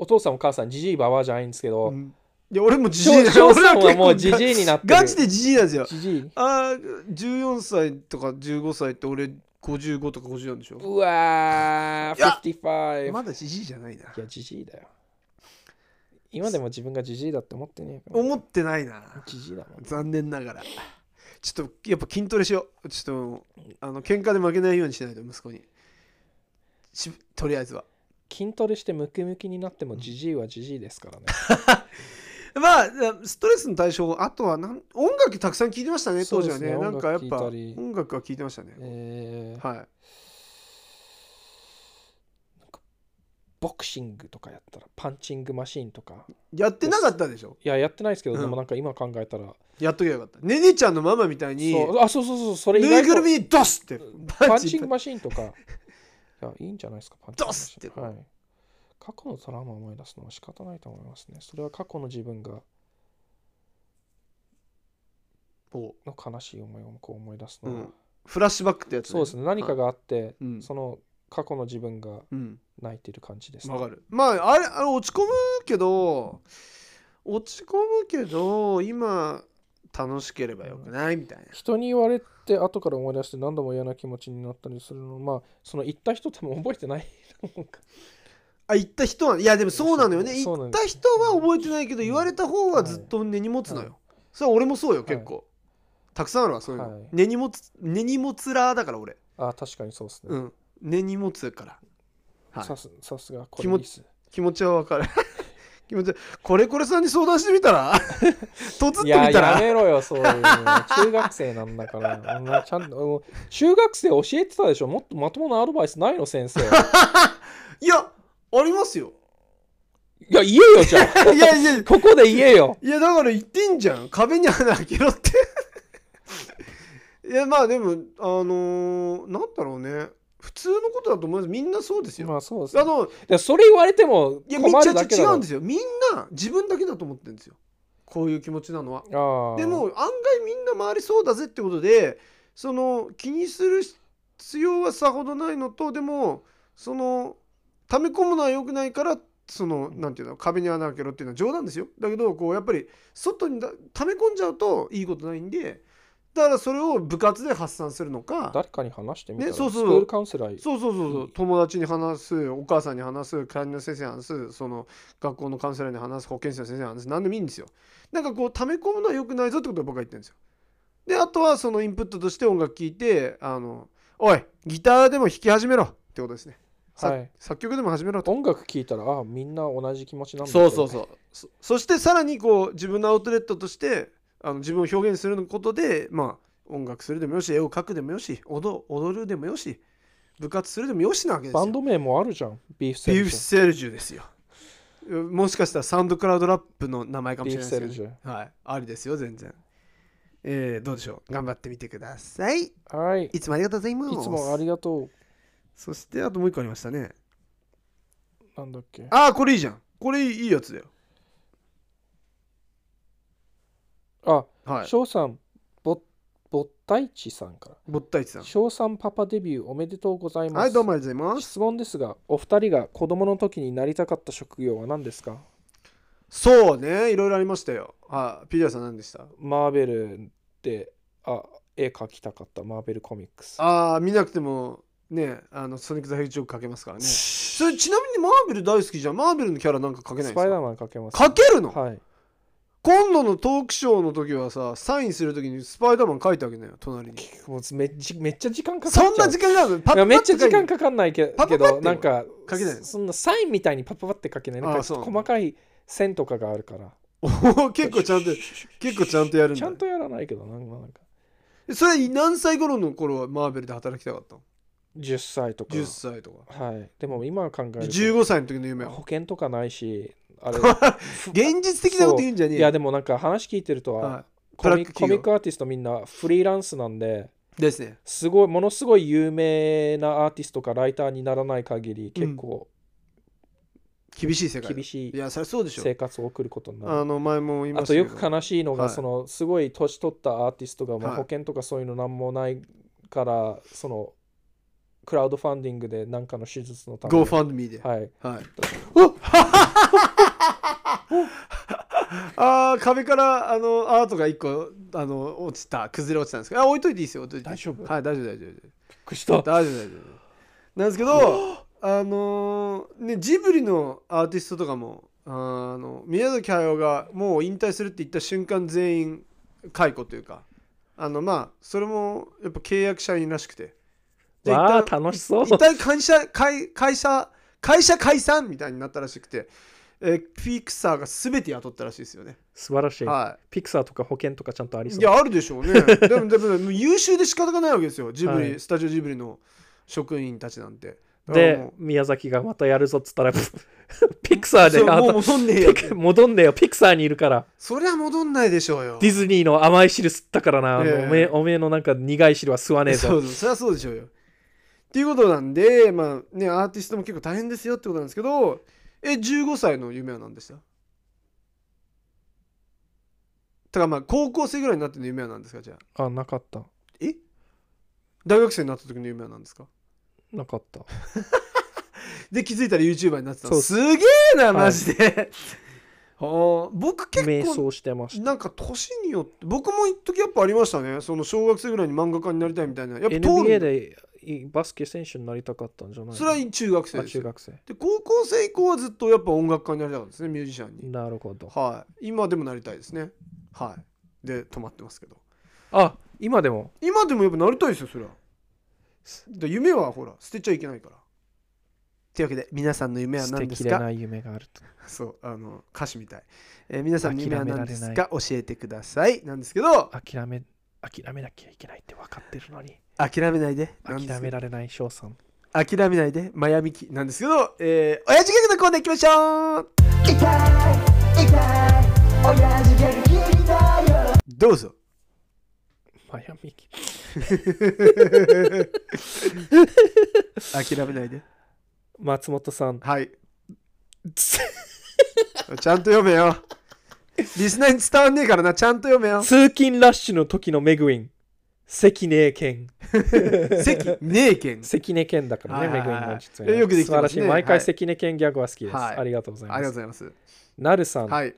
お父さんお母さんじじいばばじゃないんですけど、うん、 いや俺もじじいだよ。俺はもうじじいになってる。 ガチでじじいなんですよ。 じじい。 あじゅうよんさいとかじゅうごさいって俺ごじゅうごとかごじゅうよんでしょ。 うわー、ごじゅうご。 まだじじいじゃないな。いや、じじいだよ。今でも自分がじじいだって思ってねえから。思ってないな。 じじいだもん。 残念ながら。ちょっとやっぱ筋トレしよう。ちょっとあの喧嘩で負けないようにしないと息子に。とりあえずは。 筋トレしてムキムキになってもじじいはじじいですからね。 まあストレスの対処、あとはなん音楽たくさん聴いてましたね当時はね。なんかやっぱ音楽は聴いてましたね。 えー、 はい。 なんかボクシングとかやったらパンチングマシーンとかやってなかったでしょ。 いややってないですけど、うん、でもなんか今考えたらやっときゃよかった。ねねちゃんのママみたいにそうあそうそうそうそれ以外ぬいぐるみにドスってパンチングマシーンとかいやいいんじゃないですかパンチングマシーン。 ドスって、 はい、過去のトラウマを思い出すのは仕方ないと思いますね。それは過去の自分がの悲しい思いをこう思い出すのは、うん、 フラッシュバックってやつ、ね、 そうですね。何かがあって、 うん、 その過去の自分が泣いてる感じですね。わ、うん、かる。まああれあれ落ち込むけど落ち込むけど今楽しければよくない、うん、みたいな。 人に言われて後から思い出して何度も嫌な気持ちになったりするの、まあその言った人っても覚えてないあ言った人はいやでもそうなのよね。言った人は覚えてないけど言われた方はずっと根に持つのよ、はい、それは俺もそうよ結構、はい、たくさんあるわそういうの、はい、根に持つ根に持つらーだから俺。 あ確かにそうですね、 うん、根に持つから、 はい、さすさすがこれです。気持ちはわかる気持ちこれこれさんに相談してみたらとつっと見たらいややめろよそういうの中学生なんだからちゃんと中学生教えてたでしょ。もっとまともなアドバイスないの先生いやありますよ。 いや言えよじゃあいやいやここで言えよ。 いやだから言ってんじゃん壁に穴開けろっていやまあでもあのー、なんだろうね普通のことだと思います。みんなそうですよ。 まあそうです、ね、あのいやそれ言われても困るだけだろ。 いやめっちゃ違うんですよ。みんな自分だけだと思ってるんですよこういう気持ちなのは。 あでも案外みんな周りそうだぜってことでその気にする必要はさほどないのと、でもその溜め込むのは良くないからそのなんていうの壁に穴開けろっていうのは冗談ですよ。だけどこうやっぱり外に溜め込んじゃうといいことないんで、だからそれを部活で発散するのか誰かに話してみたら、 ね、そうそうスクールカウンセラーそうそうそうそう、友達に話す、お母さんに話す、担任の先生に話す、その学校のカウンセラーに話す、保健師の先生に話す、何でもいいんですよ。なんかこう溜め込むのは良くないぞってことを僕は言ってるんですよ。であとはそのインプットとして音楽聴いてあのおいギターでも弾き始めろってことですね。はい、作曲でも始めろと。 音楽聴いたらあみんな同じ気持ちなんだけど、ね、 そうそうそう そ, そしてさらにこう自分のアウトレットとしてあの自分を表現することでまあ音楽するでもよし絵を描くでもよし 踊, 踊るでもよし部活するでもよしなわけですよ。 バンド名もあるじゃん。ビーフセルジュ。 ビーフセルジュですよ。もしかしたらサウンドクラウドラップの名前かもしれないですけど、 ビーフセルジュ、はい、ありですよ全然。えー、どうでしょう頑張ってみてください。 はい、 いつもありがとうございます。 いつもありがとう。 そしてあともう一個ありましたね。 なんだっけ。 ああこれいいじゃん。これいいやつだよ。 あ、はい、翔さんぼぼったいちさんから。 ぼったいちさん。 翔さんパパデビューおめでとうございます。 はいどうもありがとうございます。 質問ですが、お二人が子供の時になりたかった職業は何ですか？ そうねいろいろありましたよ。あピーターさん何でした？ マーベルであ絵描きたかったマーベルコミックス。 ああ見なくてもねあのソニック・ザ・ヘッジホッグ描けますからね。それちなみにマーベル大好きじゃん。マーベルのキャラなんか描けないですか？ スパイダーマン描けます、 ね、描けるの？ はい。 今度のトークショーの時はさサインする時にスパイダーマン書いてあげなよ隣に。 もうめっちゃめっちゃ時間かかっちゃう。 そんな時間かかる？パッパッパッめっちゃ時間かかんないけパッパッどなんか書けない。 そんなサインみたいにパッパッパって書けない。なんか細かい線とかがあるから。 お結構ちゃんと結構ちゃんとやるんだ。 ちゃんとやらないけどなんか。 それ何歳頃の頃はマーベルで働きたかったの？ じゅっさいとか。 じゅっさいとか。 はい。でも今考えるとじゅうごさいの時の夢は保険とかないし。あれ現実的なこと言うんじゃねえよ。 いやでもなんか話聞いてるとは、はい、コミ、コミックアーティストみんなフリーランスなんでですね。 すごいものすごい有名なアーティストかライターにならない限り結構、 うん、厳しい世界。 厳しい生活を送ることになる。 あの前も言いましたけど。あとよく悲しいのが、 はい、 そのすごい年取ったアーティストが、まあ、保険とかそういうのなんもないから、はい、そのクラウドファンディングで何かの手術のために GoFundMe ではい、 はい、おあ壁からあのアートがいっこあの落ちた崩れ落ちたんですけど、あ置いといていいですよ、置いといて大丈夫はい大丈夫大丈夫びっくりした大丈夫大丈夫なんですけどあのー、ねジブリのアーティストとかもあの宮崎駿がもう引退するって言った瞬間全員解雇というかあのまあそれもやっぱ契約社員らしくてわあ楽しそう一旦会社会会社会社解散みたいになったらしくて、えー、ピクサーが全て雇ったらしいですよね。 素晴らしい、 はい、 ピクサーとか保険とかちゃんとありそう。 いやあるでしょうねでもでも優秀で仕方がないわけですよジブリ、はい、スタジオジブリの職員たちなんて。 で宮崎がまたやるぞっつったらピクサーでもう戻んねえよ戻んねえよピクサーにいるから。 そりゃ戻んないでしょうよ。 ディズニーの甘い汁吸ったからな、えー、おめえおめえのなんか苦い汁は吸わねえぞ。 そうそうそりゃそうでしょうよっていうことなんでまあねアーティストも結構大変ですよってことなんですけど、えじゅうごさいの夢は何でした？だからまあ高校生ぐらいになっての夢は何ですか？じゃああなかった。 え大学生になった時の夢は何ですか？ なかったで気づいたら YouTuber になってた。すげえなマジで、はい、僕結構瞑想してました。 なんか年によって僕も一時やっぱありましたね。その小学生ぐらいに漫画家になりたいみたいな。やっぱエヌビーエー でバスケ選手になりたかったんじゃないの？ それは中学生です。 中学生で高校生以降はずっとやっぱ音楽家になりたかったですね。ミュージシャンに。 なるほど。 はい。今でもなりたいですね。はい。で止まってますけど。 あ今でも今でもやっぱなりたいですよそれは。で夢はほら捨てちゃいけないから。というわけで皆さんの夢は何ですか？ 捨てきれない夢があると。 そうあの歌詞みたい、えー、皆さんの夢は何ですか？教えてくださいなんですけど諦め諦めなきゃいけないって分かってるのに諦めないで諦められない翔さん諦めないでマヤミキなんですけど、えー、親父ギャグのコーナー行きましょう。痛い痛い親父ギャグ聞いたよどうぞ。 マヤミキ諦めないで松本さんはいちゃんと読めよリスナーに伝わんねえからな。ちゃんと読めよ。 通勤ラッシュの時のメグウィン関根健関根健関根健だからね、メグウィンの実演よくできてますね。 素晴らしい。毎回関根健ギャグは好きです、はい、ありがとうございます。 ありがとうございます。 なるさん、 はい、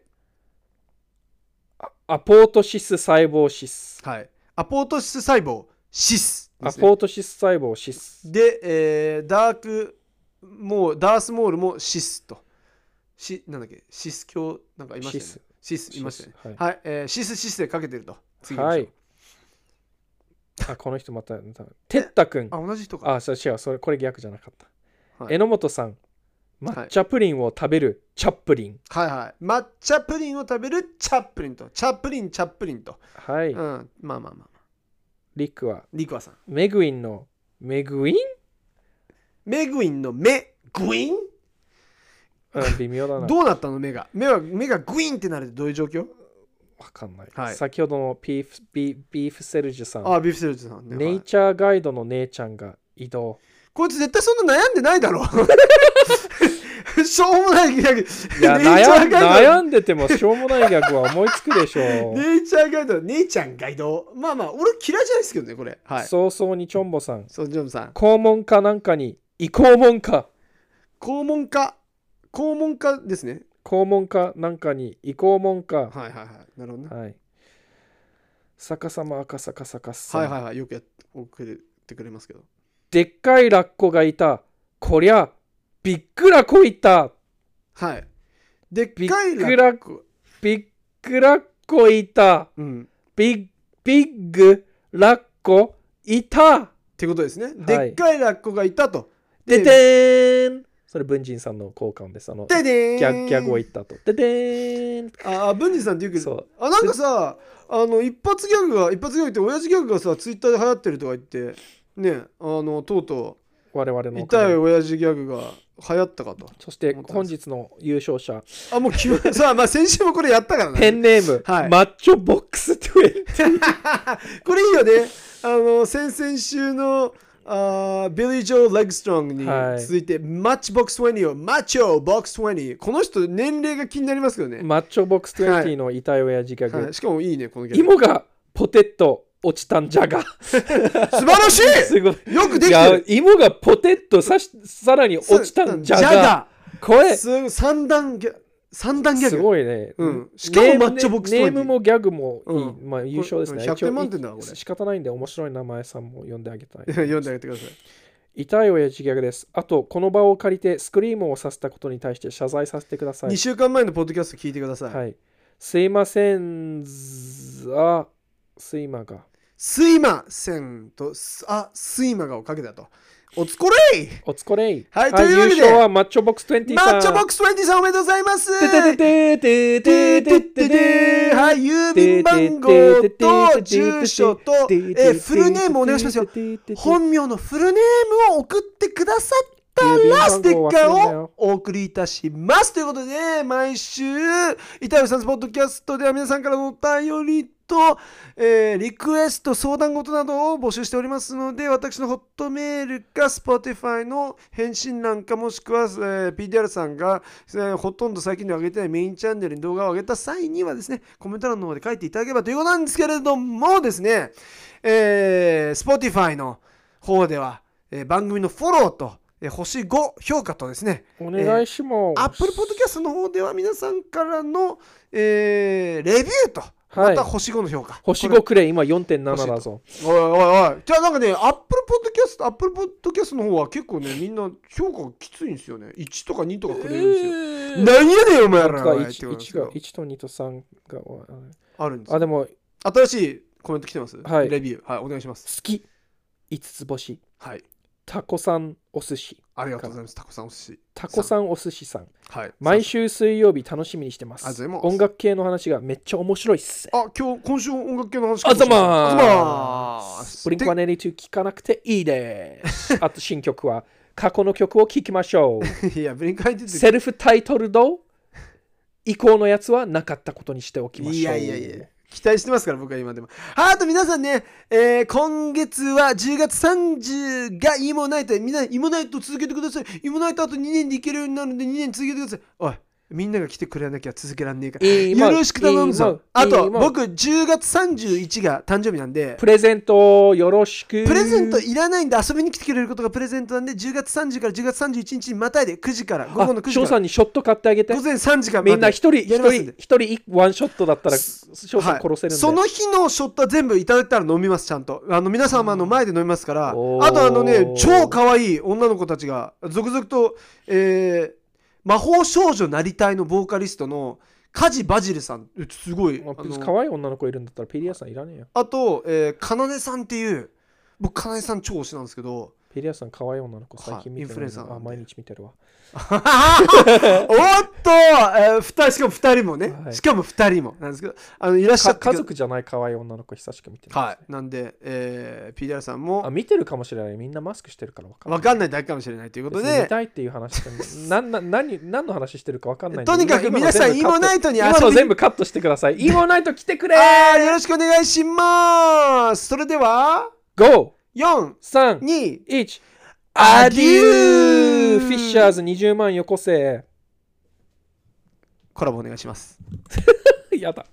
アポートシス細胞シス、 はい、アポートシス細胞シス、 ね、アポートシス細胞シスで、えー、ダークもうダースモールもシスとシなんだっけシス教なんかいましたね。シスシスいましたね。はい、はい、えー、シスシスでかけてると。次はい。あこの人またテッタ君。 あ同じ人か。 あそう違うそれこれ逆じゃなかった。はい、榎本さん抹茶プリンを食べるチャップリン。 はいはい。抹茶プリンを食べるチャップリンとチャップリンチャップリンと。 はい。 うん、まあまあまあまあ。 リクはリクワさん。 メグウィンのメグウィン？ メグウィンのメグイン？ うん、微妙だな。 どうなったの目が目は目がグイーンってなるってどういう状況？ わかんない、 はい、 先ほどのビーフ、ビー、ビーフセルジュさん。 ああビーフセルジュさんね。 ネイチャーガイドの姉ちゃんが移動。 こいつ絶対そんな悩んでないだろしょうもないギャグ。 いや悩ん、悩んでてもしょうもないギャグは思いつくでしょう。 ネイチャーガイド姉ちゃんガイドまあまあ俺嫌いじゃないですけどねこれ、はい、 早々にチョンボさん。 そうチョンボさん肛門かなんかに移行門か肛門か肛門かですね。 肛門かなんかに移行門か。 はいはいはいなるほどね。 はい。逆さま赤坂坂さん。 はいはいはいよくやってくれますけど。 でっかいラッコがいた。こりゃびっくらこいた。 はい。でっかいラッコ。 びっくらこいた。 うん。 ビッビッグラッコいた。 ってことですね。はい、でっかいラッコがいたと。 ででーん。それ文人さんの効果音です。あのででーんギャギャグを言ったと。ででーん。 ああ文人さんって言うけど。あなんかさあの一発ギャグが一発ギャグって親父ギャグがさツイッターで流行ってるとか言ってねあのとうとう我々の痛い親父ギャグが流行ったかと。 そして本日の優勝者あもう決まさあまあ先週もこれやったからね。 ペンネーム、はい、マッチョボックスにじゅうこれいいよね。あの先々週のあビリー・ジョー・レッグストロングに続いて、はい、マッチボックスにじゅうをマッチョボックスにじゅうこの人年齢が気になりますけどね。 マッチョボックスにじゅうの痛い親父ギャグ、 はい、しかもいいねこのギャグ。 芋がポテト落ちたんじゃが素晴らしいすごいよくできてる。 芋がポテッとさしさらに落ちたんじゃがこれ三段ギャ三段ギャグすごいね、 うん、しかもマッチョボックスネームもギャグもいい、 うん、 まあ優勝ですね。 ひゃくてん満点だこれ。 仕方ないんで面白い名前さんも呼んであげたい。 呼んであげてください。 痛い親父ギャグです。あと、この場を借りてスクリームをさせたことに対して謝罪させてください。 にしゅうかんまえのポッドキャスト聞いてください。 はい。すいません、あ、すいまが。 すいませんと、あ、すいまがをかけたと。おつこれいおつこれいはい、というわけで、 優勝はマッチョボックスにじゅうさん。 マッチョボックスにじゅうさんおめでとうございますててててててててはい、郵便番号と住所と、え、フルネームお願いしますよ。本名のフルネームを送ってくださったらステッカーをお送りいたします。ということで、毎週、板谷さんのポッドキャストでは皆さんからのお便りと、えー、リクエスト相談事などを募集しておりますので、私のホットメールか Spotify の返信欄かもしくは、えー、ピーディーアール さんが、えー、ほとんど最近で上げてないメインチャンネルに動画を上げた際にはですね、コメント欄の方で書いていただければということなんですけれどもですね、えー、Spotify の方では、えー、番組のフォローとえー、星ご評価とですね、 お願いします。えー、 Apple Podcast の方では皆さんからの、えー、レビューと、はい、また星ごの評価。 星ごくれ、今 よんてんなな だぞ。 おいおいおい。じゃあなんかね、Apple Podcast、Apple Podcast の方は結構ね、みんな評価がきついんですよね。いちとかにとかくれるんですよ。えー、何やねん、お前ら。 いち, いち, がいちとにとさんがあるんですよ。 あ、でも、 新しいコメント来てます、 はい、 レビュー。はい、お願いします。 好き。いつつ星。 はい。 タコさんお寿司。 ありがとうございます。タコさんお寿司。 タコさんお寿司さん。 はい。 毎週水曜日楽しみにしてます。 ありがとうございます。 音楽系の話がめっちゃ面白いっす。 あ、今日、今週音楽系の話あざまーあざまーす。ブリンクワンエイティツー聞かなくていいです。あと新曲は過去の曲を聴きましょう。いや、ブリンクワンエイティツーセルフタイトルド以降のやつはなかったことにしておきましょう。 いやいやいや。期待してますから、僕は今でも。はい、あと皆さんね、えー、今月はじゅうがつさんじゅうがイモナイト、みんなイモナイト続けてください。イモナイトあとにねんでいけるようになるのでにねん続けてください。おい、みんなが来てくれなきゃ続けらんねえから。よろしく頼むぞ。あと、僕じゅうがつさんじゅういちが誕生日なんで、 プレゼントよろしく。 プレゼントいらないんで遊びに来てくれることがプレゼントなんで、じゅうがつさんじゅうからじゅうがつさんじゅういちにちにまたいでくじから午後のくじから。 翔さんにショット買ってあげて。 午前さんじからみんな一人一人一人ワンショットだったら翔さん殺せるんで、はい、 その日のショットは全部いただいたら飲みます。ちゃんとあの皆様の前で飲みますから。あとあのね、超可愛い女の子たちが続々と、えー魔法少女なりたいのボーカリストの梶バジルさん、すごい可愛い女の子いるんだったらピリアさんいらねえよ。 あと、えー、かなねさんっていう、僕かなねさん超推しなんですけど、 ピリアさん可愛い女の子最近見てる、 インフルエンサー、 あ、毎日見てるわ。 おっと、えー、ふたりしかもふたりもね、はい、しかもふたりもなんですけど、あのいらっしゃって家族じゃない可愛い女の子久しく見てる、 ね、はい。なんで、えー、ピーディーアール さんもあ見てるかもしれない。みんなマスクしてるから分かんない。 分かんないだけかもしれないということで、 見たいっていう話してる何何何の話してるか分かんない。 とにかく皆さんイモナイトに遊び今の全部カットしてください。イモナイト来てくれあよろしくお願いします。それではご、 よん、 さん、 に、 いちアデュー。フィッシャーズにじゅうまんよこせ。 コラボお願いします。 やだ。